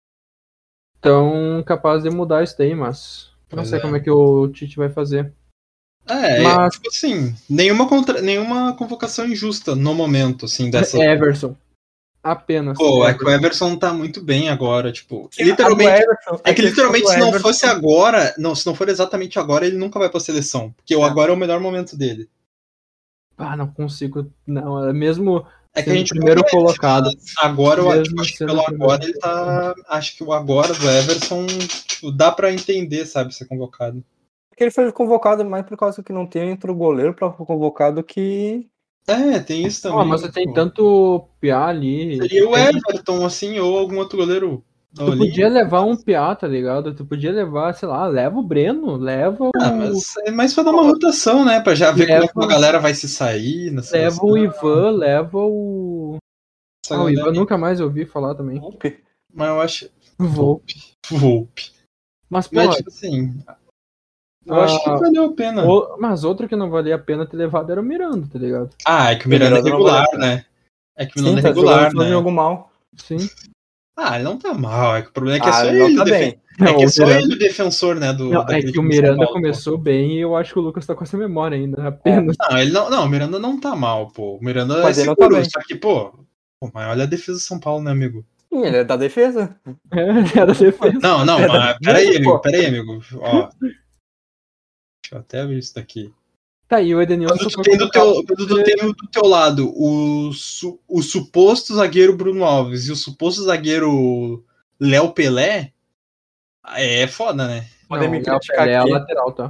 Então, capaz de mudar isso daí, mas. Não
Pois
sei
é.
como é que o Tite vai fazer.
É,
Mas-
tipo assim, nenhuma, contra... nenhuma convocação injusta no momento, assim, dessa.
Everson. Apenas.
Pô, é que o
Everson.
Everson tá muito bem agora, tipo.
A
Literalmente.
do Everson,
É que
a
literalmente,
questão
se
do
não
Everson-
fosse agora, não, se não for exatamente agora, ele nunca vai pra seleção. Porque o
É.
agora é o melhor momento dele.
Ah, não consigo. Não, é mesmo.
É que a
Sendo
gente
primeiro
conhece,
colocado.
mas agora eu
Mesmo
tipo, acho que
sendo
pelo
primeiro
agora ele tá. Acho que o agora do Everson, tipo, dá pra entender, sabe, ser convocado.
Porque ele foi convocado mais por causa que não tem outro goleiro pra ser convocado que.
É, tem isso também.
Ah, mas você tem
pô.
tanto Piá ali.
Seria o
Tem-
Everton, assim, ou algum outro goleiro da
Tu
Olímpia.
podia levar um Piá, tá ligado? Tu podia levar, sei lá, leva o Breno, leva o.
Ah, mas é mais pra dar uma rotação, né? Pra já ver como é que
Leva-
a galera vai se sair. Na
Leva
seleção.
o Ivan, leva o.
Essa
Ah, o
galera
Ivan
aí.
nunca mais ouvi falar também.
Mas eu acho.
Vou.
Volpe.
Mas, pô,
Mas, tipo assim. Eu
Ah,
acho que valeu a pena.
o- mas outro que não valia a pena ter levado era o Miranda, tá ligado?
Ah, é que o Miranda é
Miranda não
regular,
vale a
né? É que o
Sim,
Miranda é
tá
regular,
jogando,
né?
jogou mal.
Sim.
Ah, ele não tá mal. É que o problema é que é
Ah,
só
ele não
ele.
tá
o defen-
bem.
É
Não,
que é
o
só
Miranda-
ele o defensor, né? Do,
Não, é
daquele
que o
time de São
Miranda
Paulo, pô.
começou bem e eu acho que o Lucas tá com essa memória ainda. Apenas.
Não, ele não, não, o Miranda não tá mal, pô. O Miranda
Mas
é
ele não tá
seguro.
bem.
Só que, pô, pô, mas olha a defesa do São Paulo, né, amigo?
Sim, ele é da defesa.
É, era defesa.
Não, não,
É da
mas peraí,
defesa,
amigo,
pô.
peraí, amigo. Ó. Deixa eu até ver isso daqui.
Tá aí, o Edenilson
Quando tu
foi
tem do teu,
convocado
quando tu
porque-
tem do teu lado o, su- o suposto zagueiro Bruno Alves e o suposto zagueiro Léo Pelé, é foda, né?
Podem
Não,
me
o Léo
criticar
Pelé é a
aqui.
lateral, tá?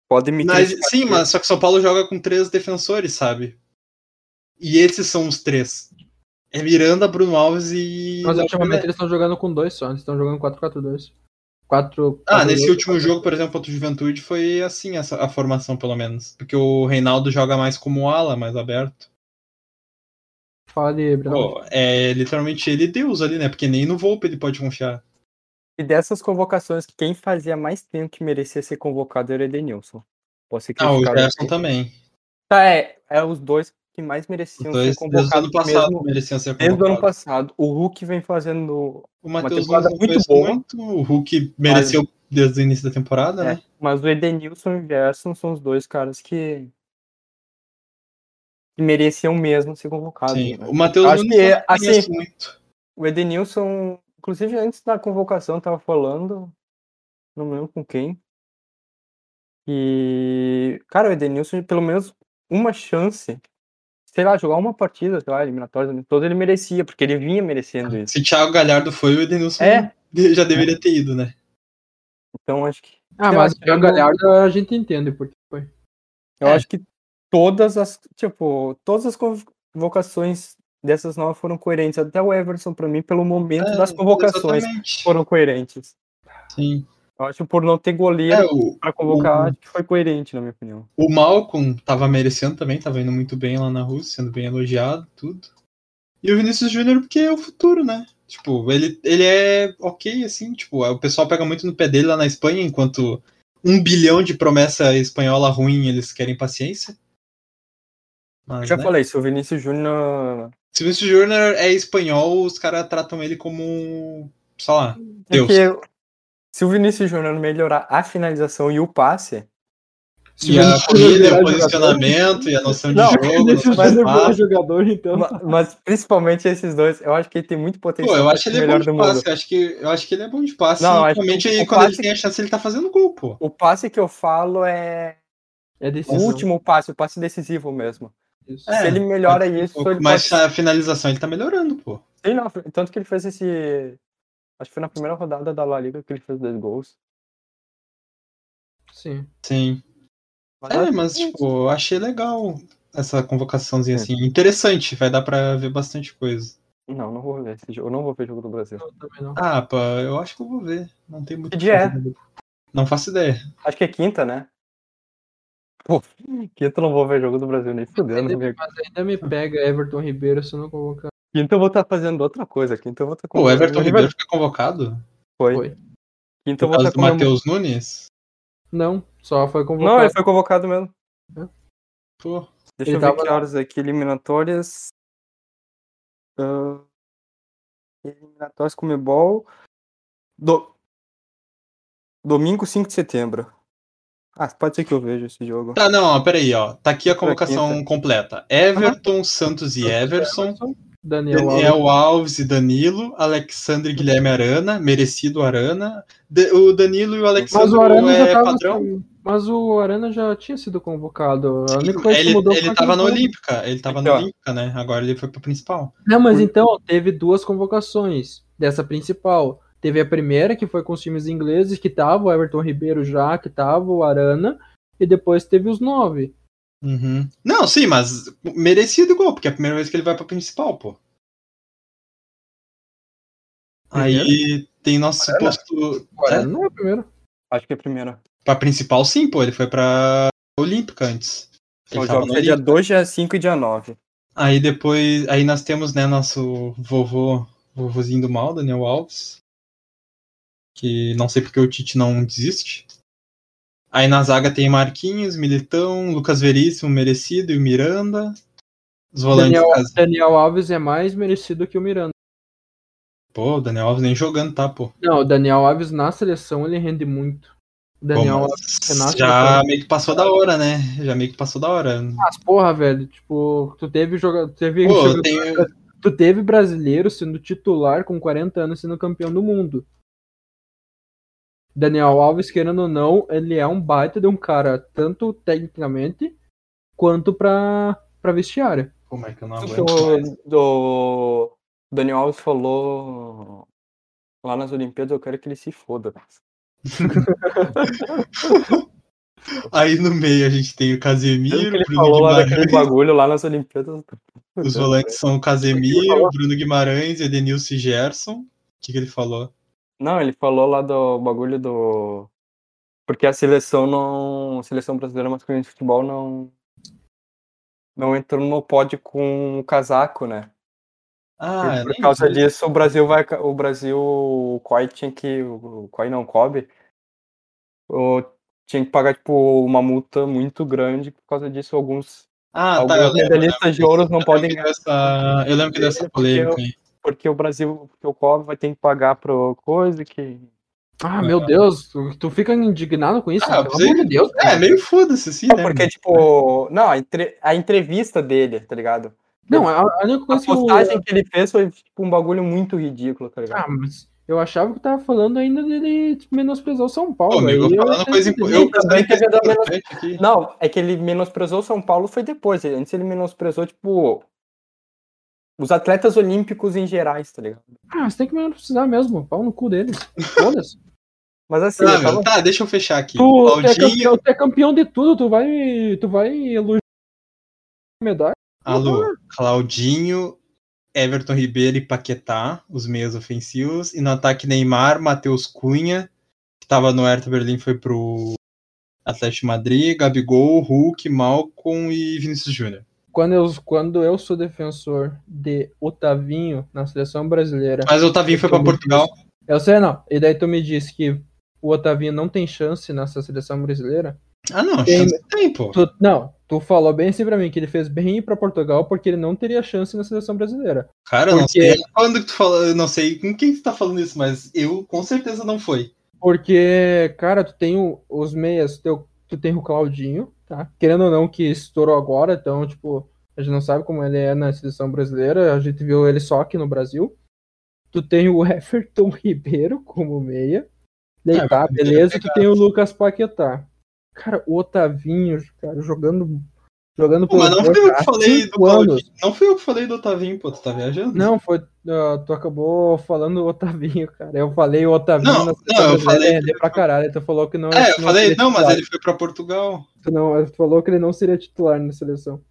Pode me
Mas,
criticar
sim,
aqui.
mas só que São Paulo joga com três defensores, sabe? E esses são os três. É Miranda, Bruno Alves e...
Mas
Léo
ultimamente
Pelé.
eles estão jogando com dois só, eles estão jogando quatro quatro dois. quatro
Ah, nesse último jogo, por exemplo, contra o Juventude, foi assim essa, a formação, pelo menos. Porque o Reinaldo joga mais como ala, mais aberto.
Fala de Breno.
Pô, é literalmente ele Deus ali, né? Porque nem no Volpe ele pode confiar.
E dessas convocações, quem fazia mais tempo que merecia ser convocado era o Edenilson. Posso ser
Ah, o
criticado
Gerson
aqui.
também.
Tá, é, é os dois que mais
Os
mereciam
dois,
ser
desde o
convocados
ano passado,
mesmo
mereciam ser
desde o ano
convocados.
passado. O Hulk vem fazendo
O
uma
Matheus Nunes
temporada
não
muito
conheço
boa,
muito. O Hulk mereceu desde o início da temporada,
é,
né?
mas o Edenilson e o Gerson são os dois caras que, que mereciam mesmo ser convocados.
Sim.
Né?
O Matheus
Acho
Nunes
que,
eu não conheço
assim,
muito.
o Edenilson, inclusive antes da convocação, tava falando, não me lembro com quem, e, cara, o Edenilson, pelo menos uma chance, sei lá, jogar uma partida, sei lá, eliminatórias, todo ele merecia, porque ele vinha merecendo isso.
Se Thiago Galhardo foi, o Edenilson
É.
já deveria ter ido, né?
Então, acho que.
Ah,
sei
mas
lá,
o
tirando-
Galhardo a gente entende porque foi.
Eu
É.
acho que todas as. Tipo, todas as convocações dessas novas foram coerentes. Até o Everson, pra mim, pelo momento
É,
das convocações,
exatamente.
foram coerentes.
Sim.
Eu acho que por não ter
É,
goleiro
o,
pra convocar,
o,
acho que foi coerente, na minha opinião.
o Malcolm tava merecendo também, tava indo muito bem lá na Rússia, sendo bem elogiado, tudo. E o Vinícius Júnior, porque é o futuro, né? Tipo, ele, ele é ok, assim, tipo, o pessoal pega muito no pé dele lá na Espanha, enquanto um bilhão de promessa espanhola ruim, eles querem paciência. Mas,
Eu já
né?
falei, se o Vinícius Júnior.
Se o Vinícius Júnior é espanhol, os caras tratam ele como, sei lá, Deus.
Porque se o Vinícius Júnior melhorar a finalização e o passe.
Se
E
o
a
Vinícius
corrida, e
virar
o posicionamento, e a noção de
Não,
jogo, a
Vinícius
noção de
Júnior virar
passe.
jogador, então.
ma- Mas principalmente esses dois, eu acho que ele tem muito
Pô,
potencial
eu
pra
acho
ser
que
o
ele é bom
melhor
de
do mundo.
passe. Eu acho que, eu acho que ele é bom de passe.
Não,
e
acho que
realmente,
o-
ele,
o
quando
passe-
ele tem a chance, ele tá fazendo gol, pô.
O passe que eu falo é
É
o
decisão.
último passe, o passe decisivo mesmo.
Isso.
É,
Se ele melhora
pode ser um
isso,
pouco,
ele
mas
pode...
a finalização ele tá melhorando, pô.
Sim, não, tanto que ele fez esse... Acho que foi na primeira rodada da La Liga que ele fez dois gols.
Sim.
Sim.
Mas
É,
acho
mas,
que-
tipo, eu achei legal essa convocaçãozinha
Sim.
assim. Interessante, vai dar pra ver bastante coisa.
Não, não vou ver esse jogo. Eu não vou ver jogo do Brasil.
Eu também não.
Ah, pá, eu acho que eu vou ver. Não tem muito
Que
o
dia
fazer
é?
no grupo. Não faço ideia.
Acho que é quinta, né? Pô, quinta eu não vou ver jogo do Brasil nem fudendo.
Ainda,
Minha...
mas ainda me pega Everton Ribeiro se eu não colocar.
Quinta eu vou estar fazendo outra coisa. Quinta eu vou estar
Pô, o
comemorando
Everton
meu
Ribeiro
aniversário.
fica convocado?
Foi.
Foi.
Quinta eu
Por
vou
causa
estar
do
comemorando.
Matheus Nunes?
Não, só foi
Não,
convocado.
ele foi convocado mesmo.
Pô,
Deixa
Ele
eu ver
tava
que
na-
horas aqui. Eliminatórias. Ah, eliminatórias Comebol. Do... Domingo, cinco de setembro. Ah, pode ser que eu veja esse jogo.
tá, não, ó, peraí, ó. Tá aqui a
Pra
convocação
quinta.
completa. Everton, Santos e Everson.
Daniel,
Daniel
Alves.
Alves e Danilo, Alexandre e Guilherme Arana, merecido Arana. De- o Danilo e o
Mas
Alexandre
o Arana já
é
tava.
padrão.
Mas o Arana já tinha sido convocado. A única coisa que
Ele,
mudou
ele
foi
tava
que
na
mudou.
Olímpica, ele tava
Aqui,
na
ó.
Olímpica, né? Agora ele foi pra principal.
Não, mas
Por-
então teve duas convocações dessa principal. Teve a primeira, que foi com os times ingleses, que tava o Everton Ribeiro já, que tava o Arana, e depois teve os nove.
Uhum. Não, sim, mas merecido igual, porque é a primeira vez que ele vai pra principal, pô. Aí tem nosso
Arana?
suposto.
O Arana
É,
não é o primeiro.
Acho que é a primeira.
pra principal, sim, pô. Ele foi pra Olímpica antes. Ele
Os
tava
jogos
na
é dia
Olímpica.
dois, dia cinco e dia nove.
Aí depois. Aí nós temos, né, nosso vovô, vovozinho do mal, Daniel Alves. Que não sei porque o Tite não desiste. Aí na zaga tem Marquinhos, Militão, Lucas Veríssimo, merecido, e o Miranda. Os volantes.
Daniel,
cas-
Daniel Alves é mais merecido que o Miranda.
Pô, o Daniel Alves nem jogando, tá, pô.
Não, o Daniel Alves na seleção ele rende muito. O
Pô,
Daniel
mas
Alves é na
já
seleção.
meio que passou da hora, né? Já meio que passou da hora.
Mas porra, velho, tipo, tu teve jogador. Teve
Pô,
jogador-
eu tenho.
Tu teve brasileiro sendo titular com quarenta anos sendo campeão do mundo. Daniel Alves, querendo ou não, ele é um baita de um cara, tanto tecnicamente quanto pra, pra vestiário.
Como é que eu não
O
aguento mais?
do Daniel Alves falou lá nas Olimpíadas, eu quero que ele se foda.
Aí no meio a gente tem o
Lembra que
Casemiro,
ele
Bruno
falou lá daquele
Guimarães.
bagulho lá nas Olimpíadas.
Os volantes são o Casemiro, Bruno Guimarães, Edenilson e Gerson. O que, que ele falou?
Não, ele falou lá do bagulho do. Porque a seleção não. A seleção brasileira masculina de futebol não. Não entrou no pódio com o casaco, né?
Ah,
E
eu
por
nem
causa
vi.
disso, o Brasil vai. O Brasil. O Koi tinha que. O Koi não, Kobe. o- Tinha que pagar, tipo, uma multa muito grande. Por causa disso, alguns.
Ah, tá, eu
Alguns
lembro. Eu lembro
medalhistas de
disso.
ouro
Eu
não
lembro
podem
que
ganhar.
deu essa, eu lembro que deu essa
dele,
polêmica
porque,
aí.
porque o Brasil. Porque o Kobe vai ter que pagar pro coisa que.
Ah, meu Deus, tu, tu fica indignado com isso?
Ah, eu
Pelo
pensei-
amor de Deus,
É,
cara.
meio foda-se, assim,
Não,
né?
porque,
mas-
tipo. Não, a, entre- a entrevista dele, tá ligado?
Não, a, a única
A
coisa que eu.
postagem que ele fez foi, tipo, um bagulho muito ridículo, tá ligado?
Ah, mas eu achava que tava falando ainda dele tipo, menosprezar o São
Pô,
Paulo.
amigo,
aí eu
falando
até
coisa
entendi.
impo- eu
E também
pensando coisa
teve a menos-
importante aqui.
Não, é que ele menosprezou o São Paulo foi depois. Antes ele menosprezou, tipo, os atletas olímpicos em gerais, tá ligado?
Ah, você tem que menosprezar mesmo. Pau no cu deles. Foda-se.
Mas assim,
Tá,
eu tava...
meu, tá, deixa eu fechar aqui.
Tu, tu, é
Claudinho,
campeão, tu é campeão de tudo, tu vai. Tu vai elogiar a medalha.
alô, Claudinho, Everton Ribeiro e Paquetá, os meias ofensivos. E no ataque Neymar, Matheus Cunha, que tava no Hertha Berlim, foi pro Atlético de Madrid, Gabigol, Hulk, Malcom e Vinícius Júnior.
Quando eu, quando eu sou defensor de Otavinho na seleção brasileira.
Mas o Otavinho foi pra
tu me
Portugal.
disse- Eu sei, não. E daí tu me disse que o Otavinho não tem chance nessa seleção brasileira.
Ah, não,
Tem-
chance tem, pô.
Tu- não, tu falou bem assim pra mim que ele fez bem ir pra Portugal porque ele não teria chance na seleção brasileira.
Cara, eu não
Porque-
sei quando que tu fala, eu não sei com quem tu tá falando isso, mas eu com certeza não foi.
Porque, cara, tu tem o- os meias, teu, tu tem o Claudinho, tá? Querendo ou não, que estourou agora, então, tipo, a gente não sabe como ele é na seleção brasileira, a gente viu ele só aqui no Brasil. Tu tem o Everton Ribeiro como meia. Daí
É,
tá,
mas
beleza,
é
tu tem o Lucas Paquetá. Cara, o Otavinho, cara, jogando. Jogando
Pô, mas não
Porto
fui eu que
há
falei do
cinco
Claudinho.
anos.
Não fui eu que falei do Otavinho, pô, tu tá viajando?
Não, foi. ah, tu acabou falando o Otavinho, cara. Eu falei o Otavinho
Não,
na
não,
seleção
eu
brasileira
falei
ia render pra caralho. Tu falou que não.
É, eu
não
falei,
seria
não, mas
titular.
ele foi pra Portugal.
Tu, não, tu falou que ele não seria titular na seleção.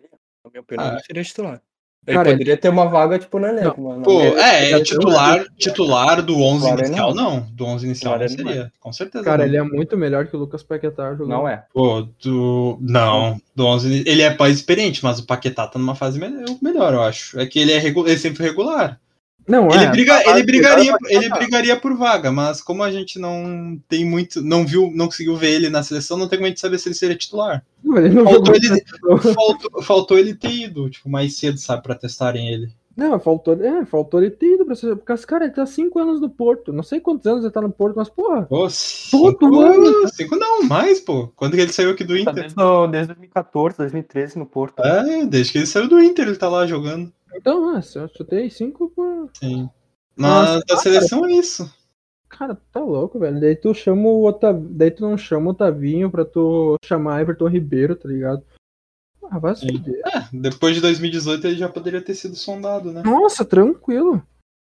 Na minha opinião,
Ah.
ele seria titular. Ele
Cara,
poderia ter uma vaga, tipo, no elenco, mano.
Pô,
ele-
é,
ele
é
é
titular, titular do onze
Titular ele
inicial,
não.
não. Do onze inicial
Titular
não
ele não
seria. Com certeza.
Cara,
não.
ele é muito melhor que o Lucas Paquetá jogando.
Não é.
Pô, do. Não, do onze. Ele é mais experiente, mas o Paquetá tá numa fase melhor, melhor eu acho. É que ele é regu... ele sempre foi regular.
Não,
Ele,
é.
briga,
a
ele,
base
brigaria,
melhor é o
ele brigaria por vaga, mas como a gente não tem muito. Não viu, não conseguiu ver ele na seleção, não tem como a gente saber se ele seria titular.
Não, ele não
Faltou
jogou
ele-
na seleção.
Faltou, faltou ele ter ido, tipo, mais cedo, sabe, pra testarem ele.
Não, faltou, é, faltou ele ter ido pra seleção. Porque, cara, ele tá cinco anos no Porto. Não sei quantos anos ele tá no Porto, mas, porra.
Pô,
Todo
cinco,
ano.
cinco não, mais, pô. Quando que ele saiu aqui do
Tá
Inter?
desde, o- desde dois mil e quatorze, dois mil e treze no Porto.
É, desde que ele saiu do Inter, ele tá lá jogando.
Então, ah, se eu chutei cinco, pô.
Sim.
Nossa,
Mas a seleção é isso.
Cara, tá louco, velho. Daí tu chama o Otav... Daí tu não chama o Otavinho pra tu chamar Everton Ribeiro, tá ligado? Ah, vai se
Sim.
fuder.
É, depois de dois mil e dezoito ele já poderia ter sido sondado, né?
Nossa, tranquilo.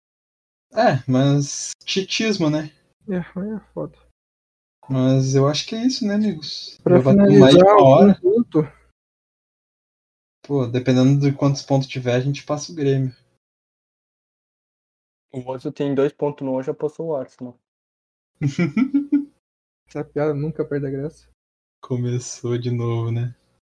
É, mas chitismo, né?
É, aí é foda.
Mas eu acho que é isso, né, amigos?
Pra
Já bateu mais de
finalizar,
uma
algum
hora.
ponto.
Pô, dependendo de quantos pontos tiver, a gente passa o Grêmio.
O outro tem dois pontos no hoje, apostou o Arsenal.
Essa piada nunca perde a graça.
Começou de novo, né?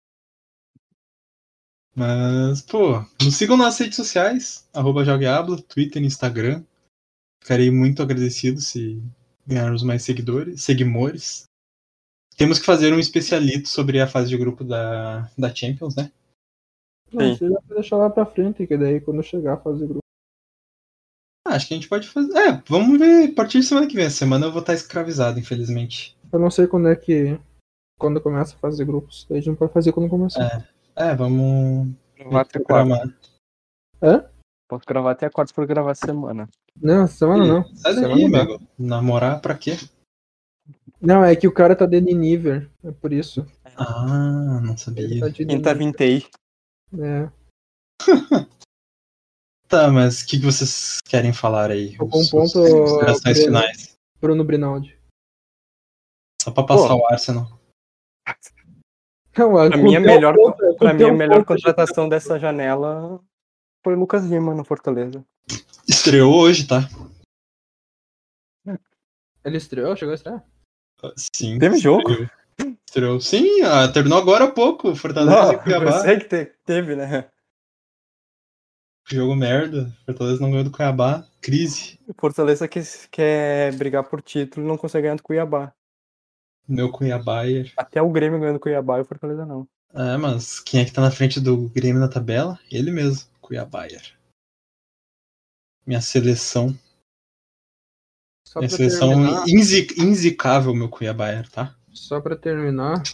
Mas, pô, nos sigam nas redes sociais, arroba Jogueablo, Twitter e Instagram. Ficarei muito agradecido se ganharmos mais seguidores, seguimores. Temos que fazer um especialito sobre a fase de grupo da, da Champions, né?
Não,
Sim.
você já vai deixar lá pra frente, que daí quando chegar a fazer grupo.
Ah, acho que a gente pode fazer. É, vamos ver a partir de semana que vem. Essa semana eu vou estar escravizado, infelizmente.
Eu não sei quando é que. Quando começa a fazer grupos. Daí a gente pode fazer quando começar.
É, vamos
Gravar até quarta.
programar.
Hã?
Posso gravar até quarta por gravar semana.
Não, semana não.
Sai
Semana
daí,
não dá.
amigo. Namorar pra quê?
Não, é que o cara tá de nível. É por isso.
Ah, não
Ele
sabia.
tá de
Quinta
nível.
vintei.
É.
Tá, mas o que, que vocês querem falar aí?
Tô com um
Os-
ponto,
as considerações
Breno.
finais.
Bruno Brinaldi.
Só pra passar
Pô.
o Arsenal.
Não, é,
Pra
com
mim, a
o
melhor,
tempo, com
pra
o
mim, a
tempo,
melhor contratação dessa janela foi o Lucas Lima no Fortaleza.
Estreou hoje, tá?
Ele estreou, chegou a estrear?
Sim.
Teve jogo?
Estreou. Estreou. Sim, ah, terminou agora há pouco. Fortaleza
Não,
e Cuiabá.
eu sei que te- teve, né?
Jogo merda. Fortaleza não ganhou do Cuiabá. Crise.
O Fortaleza que quer brigar por título e não consegue ganhar do Cuiabá.
Meu Cuiabá. e-
Até o Grêmio ganhando do Cuiabá e o Fortaleza não.
É, mas quem é que tá na frente do Grêmio na tabela? Ele mesmo, Cuiabá. Minha seleção.
Só
Minha
pra
seleção
terminar,
inzi- inzicável, meu Cuiabá, tá?
só pra terminar.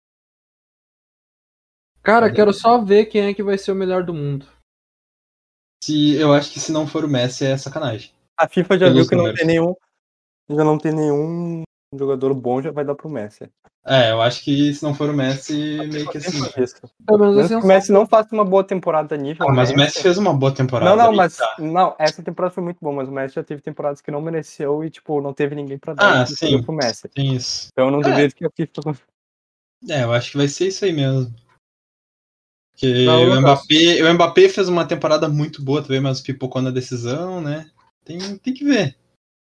Cara, quero só ver quem é que vai ser o melhor do mundo.
Se, eu acho que se não for o Messi é sacanagem.
A FIFA já
Pelos
viu que não
números.
tem nenhum. Já não tem nenhum jogador bom, já vai dar pro Messi.
É, eu acho que se não for o Messi, meio que assim.
Sempre isso.
Pelo menos
Menos
assim,
que o Messi não faça uma boa temporada nível.
Ah, mas o Messi fez uma boa temporada.
Não, não,
aí
mas.
tá.
Não, essa temporada foi muito boa, mas o Messi já teve temporadas que não mereceu e, tipo, não teve ninguém pra dar
Ah,
e
sim.
deu pro Messi.
Tem isso.
Então eu não
É.
duvido que a FIFA.
É, eu acho que vai ser isso aí mesmo. Porque
Não,
o,
Lucas.
Mbappé, o Mbappé fez uma temporada muito boa também, mas pipocou na decisão, né? Tem, tem que ver.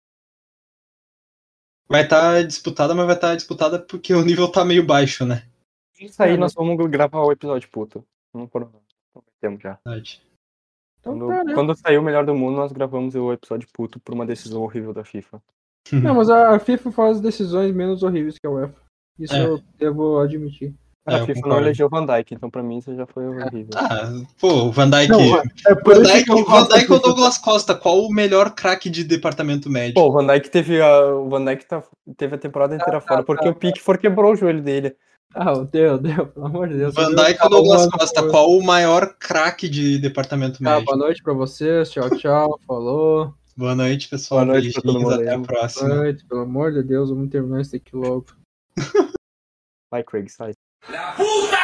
Vai estar disputada, mas vai estar disputada porque o nível tá meio baixo, né?
Isso aí
É,
nós vamos gravar o episódio puto. Não prometemos já.
Verdade.
Então
Quando,
tá, né?
quando sair o melhor do mundo, nós gravamos o episódio puto por uma decisão horrível da FIFA.
Não, mas a FIFA faz decisões menos horríveis que a UEFA. Isso
É.
eu devo admitir.
É,
a
eu
FIFA não
concordo.
elegeu o Van Dijk, então pra mim isso já foi horrível.
Ah, pô, o Van Dijk.
Não, é por
Van
isso
Dijk,
que eu
o Van
gosto da
Dijk ou o
FIFA.
Douglas Costa? Qual o melhor craque de departamento médico?
Pô, o Van Dijk teve a, o Van Dijk tá, teve a temporada inteira fora, porque o Pickford quebrou o joelho dele.
Ah, deu, deu, pelo amor de Deus.
Van
Você viu?
Dijk ou
Ah,
Douglas
mano,
Costa?
foi-
Qual o maior craque de departamento
Ah,
médico?
boa noite pra vocês. Tchau, tchau. Falou.
Boa noite, pessoal.
Boa noite pra todo
Beijinhos,
mundo
até
aí.
a próxima.
Boa noite, pelo amor de Deus. Vamos terminar isso aqui logo.
Vai, Craig, sai.
La puta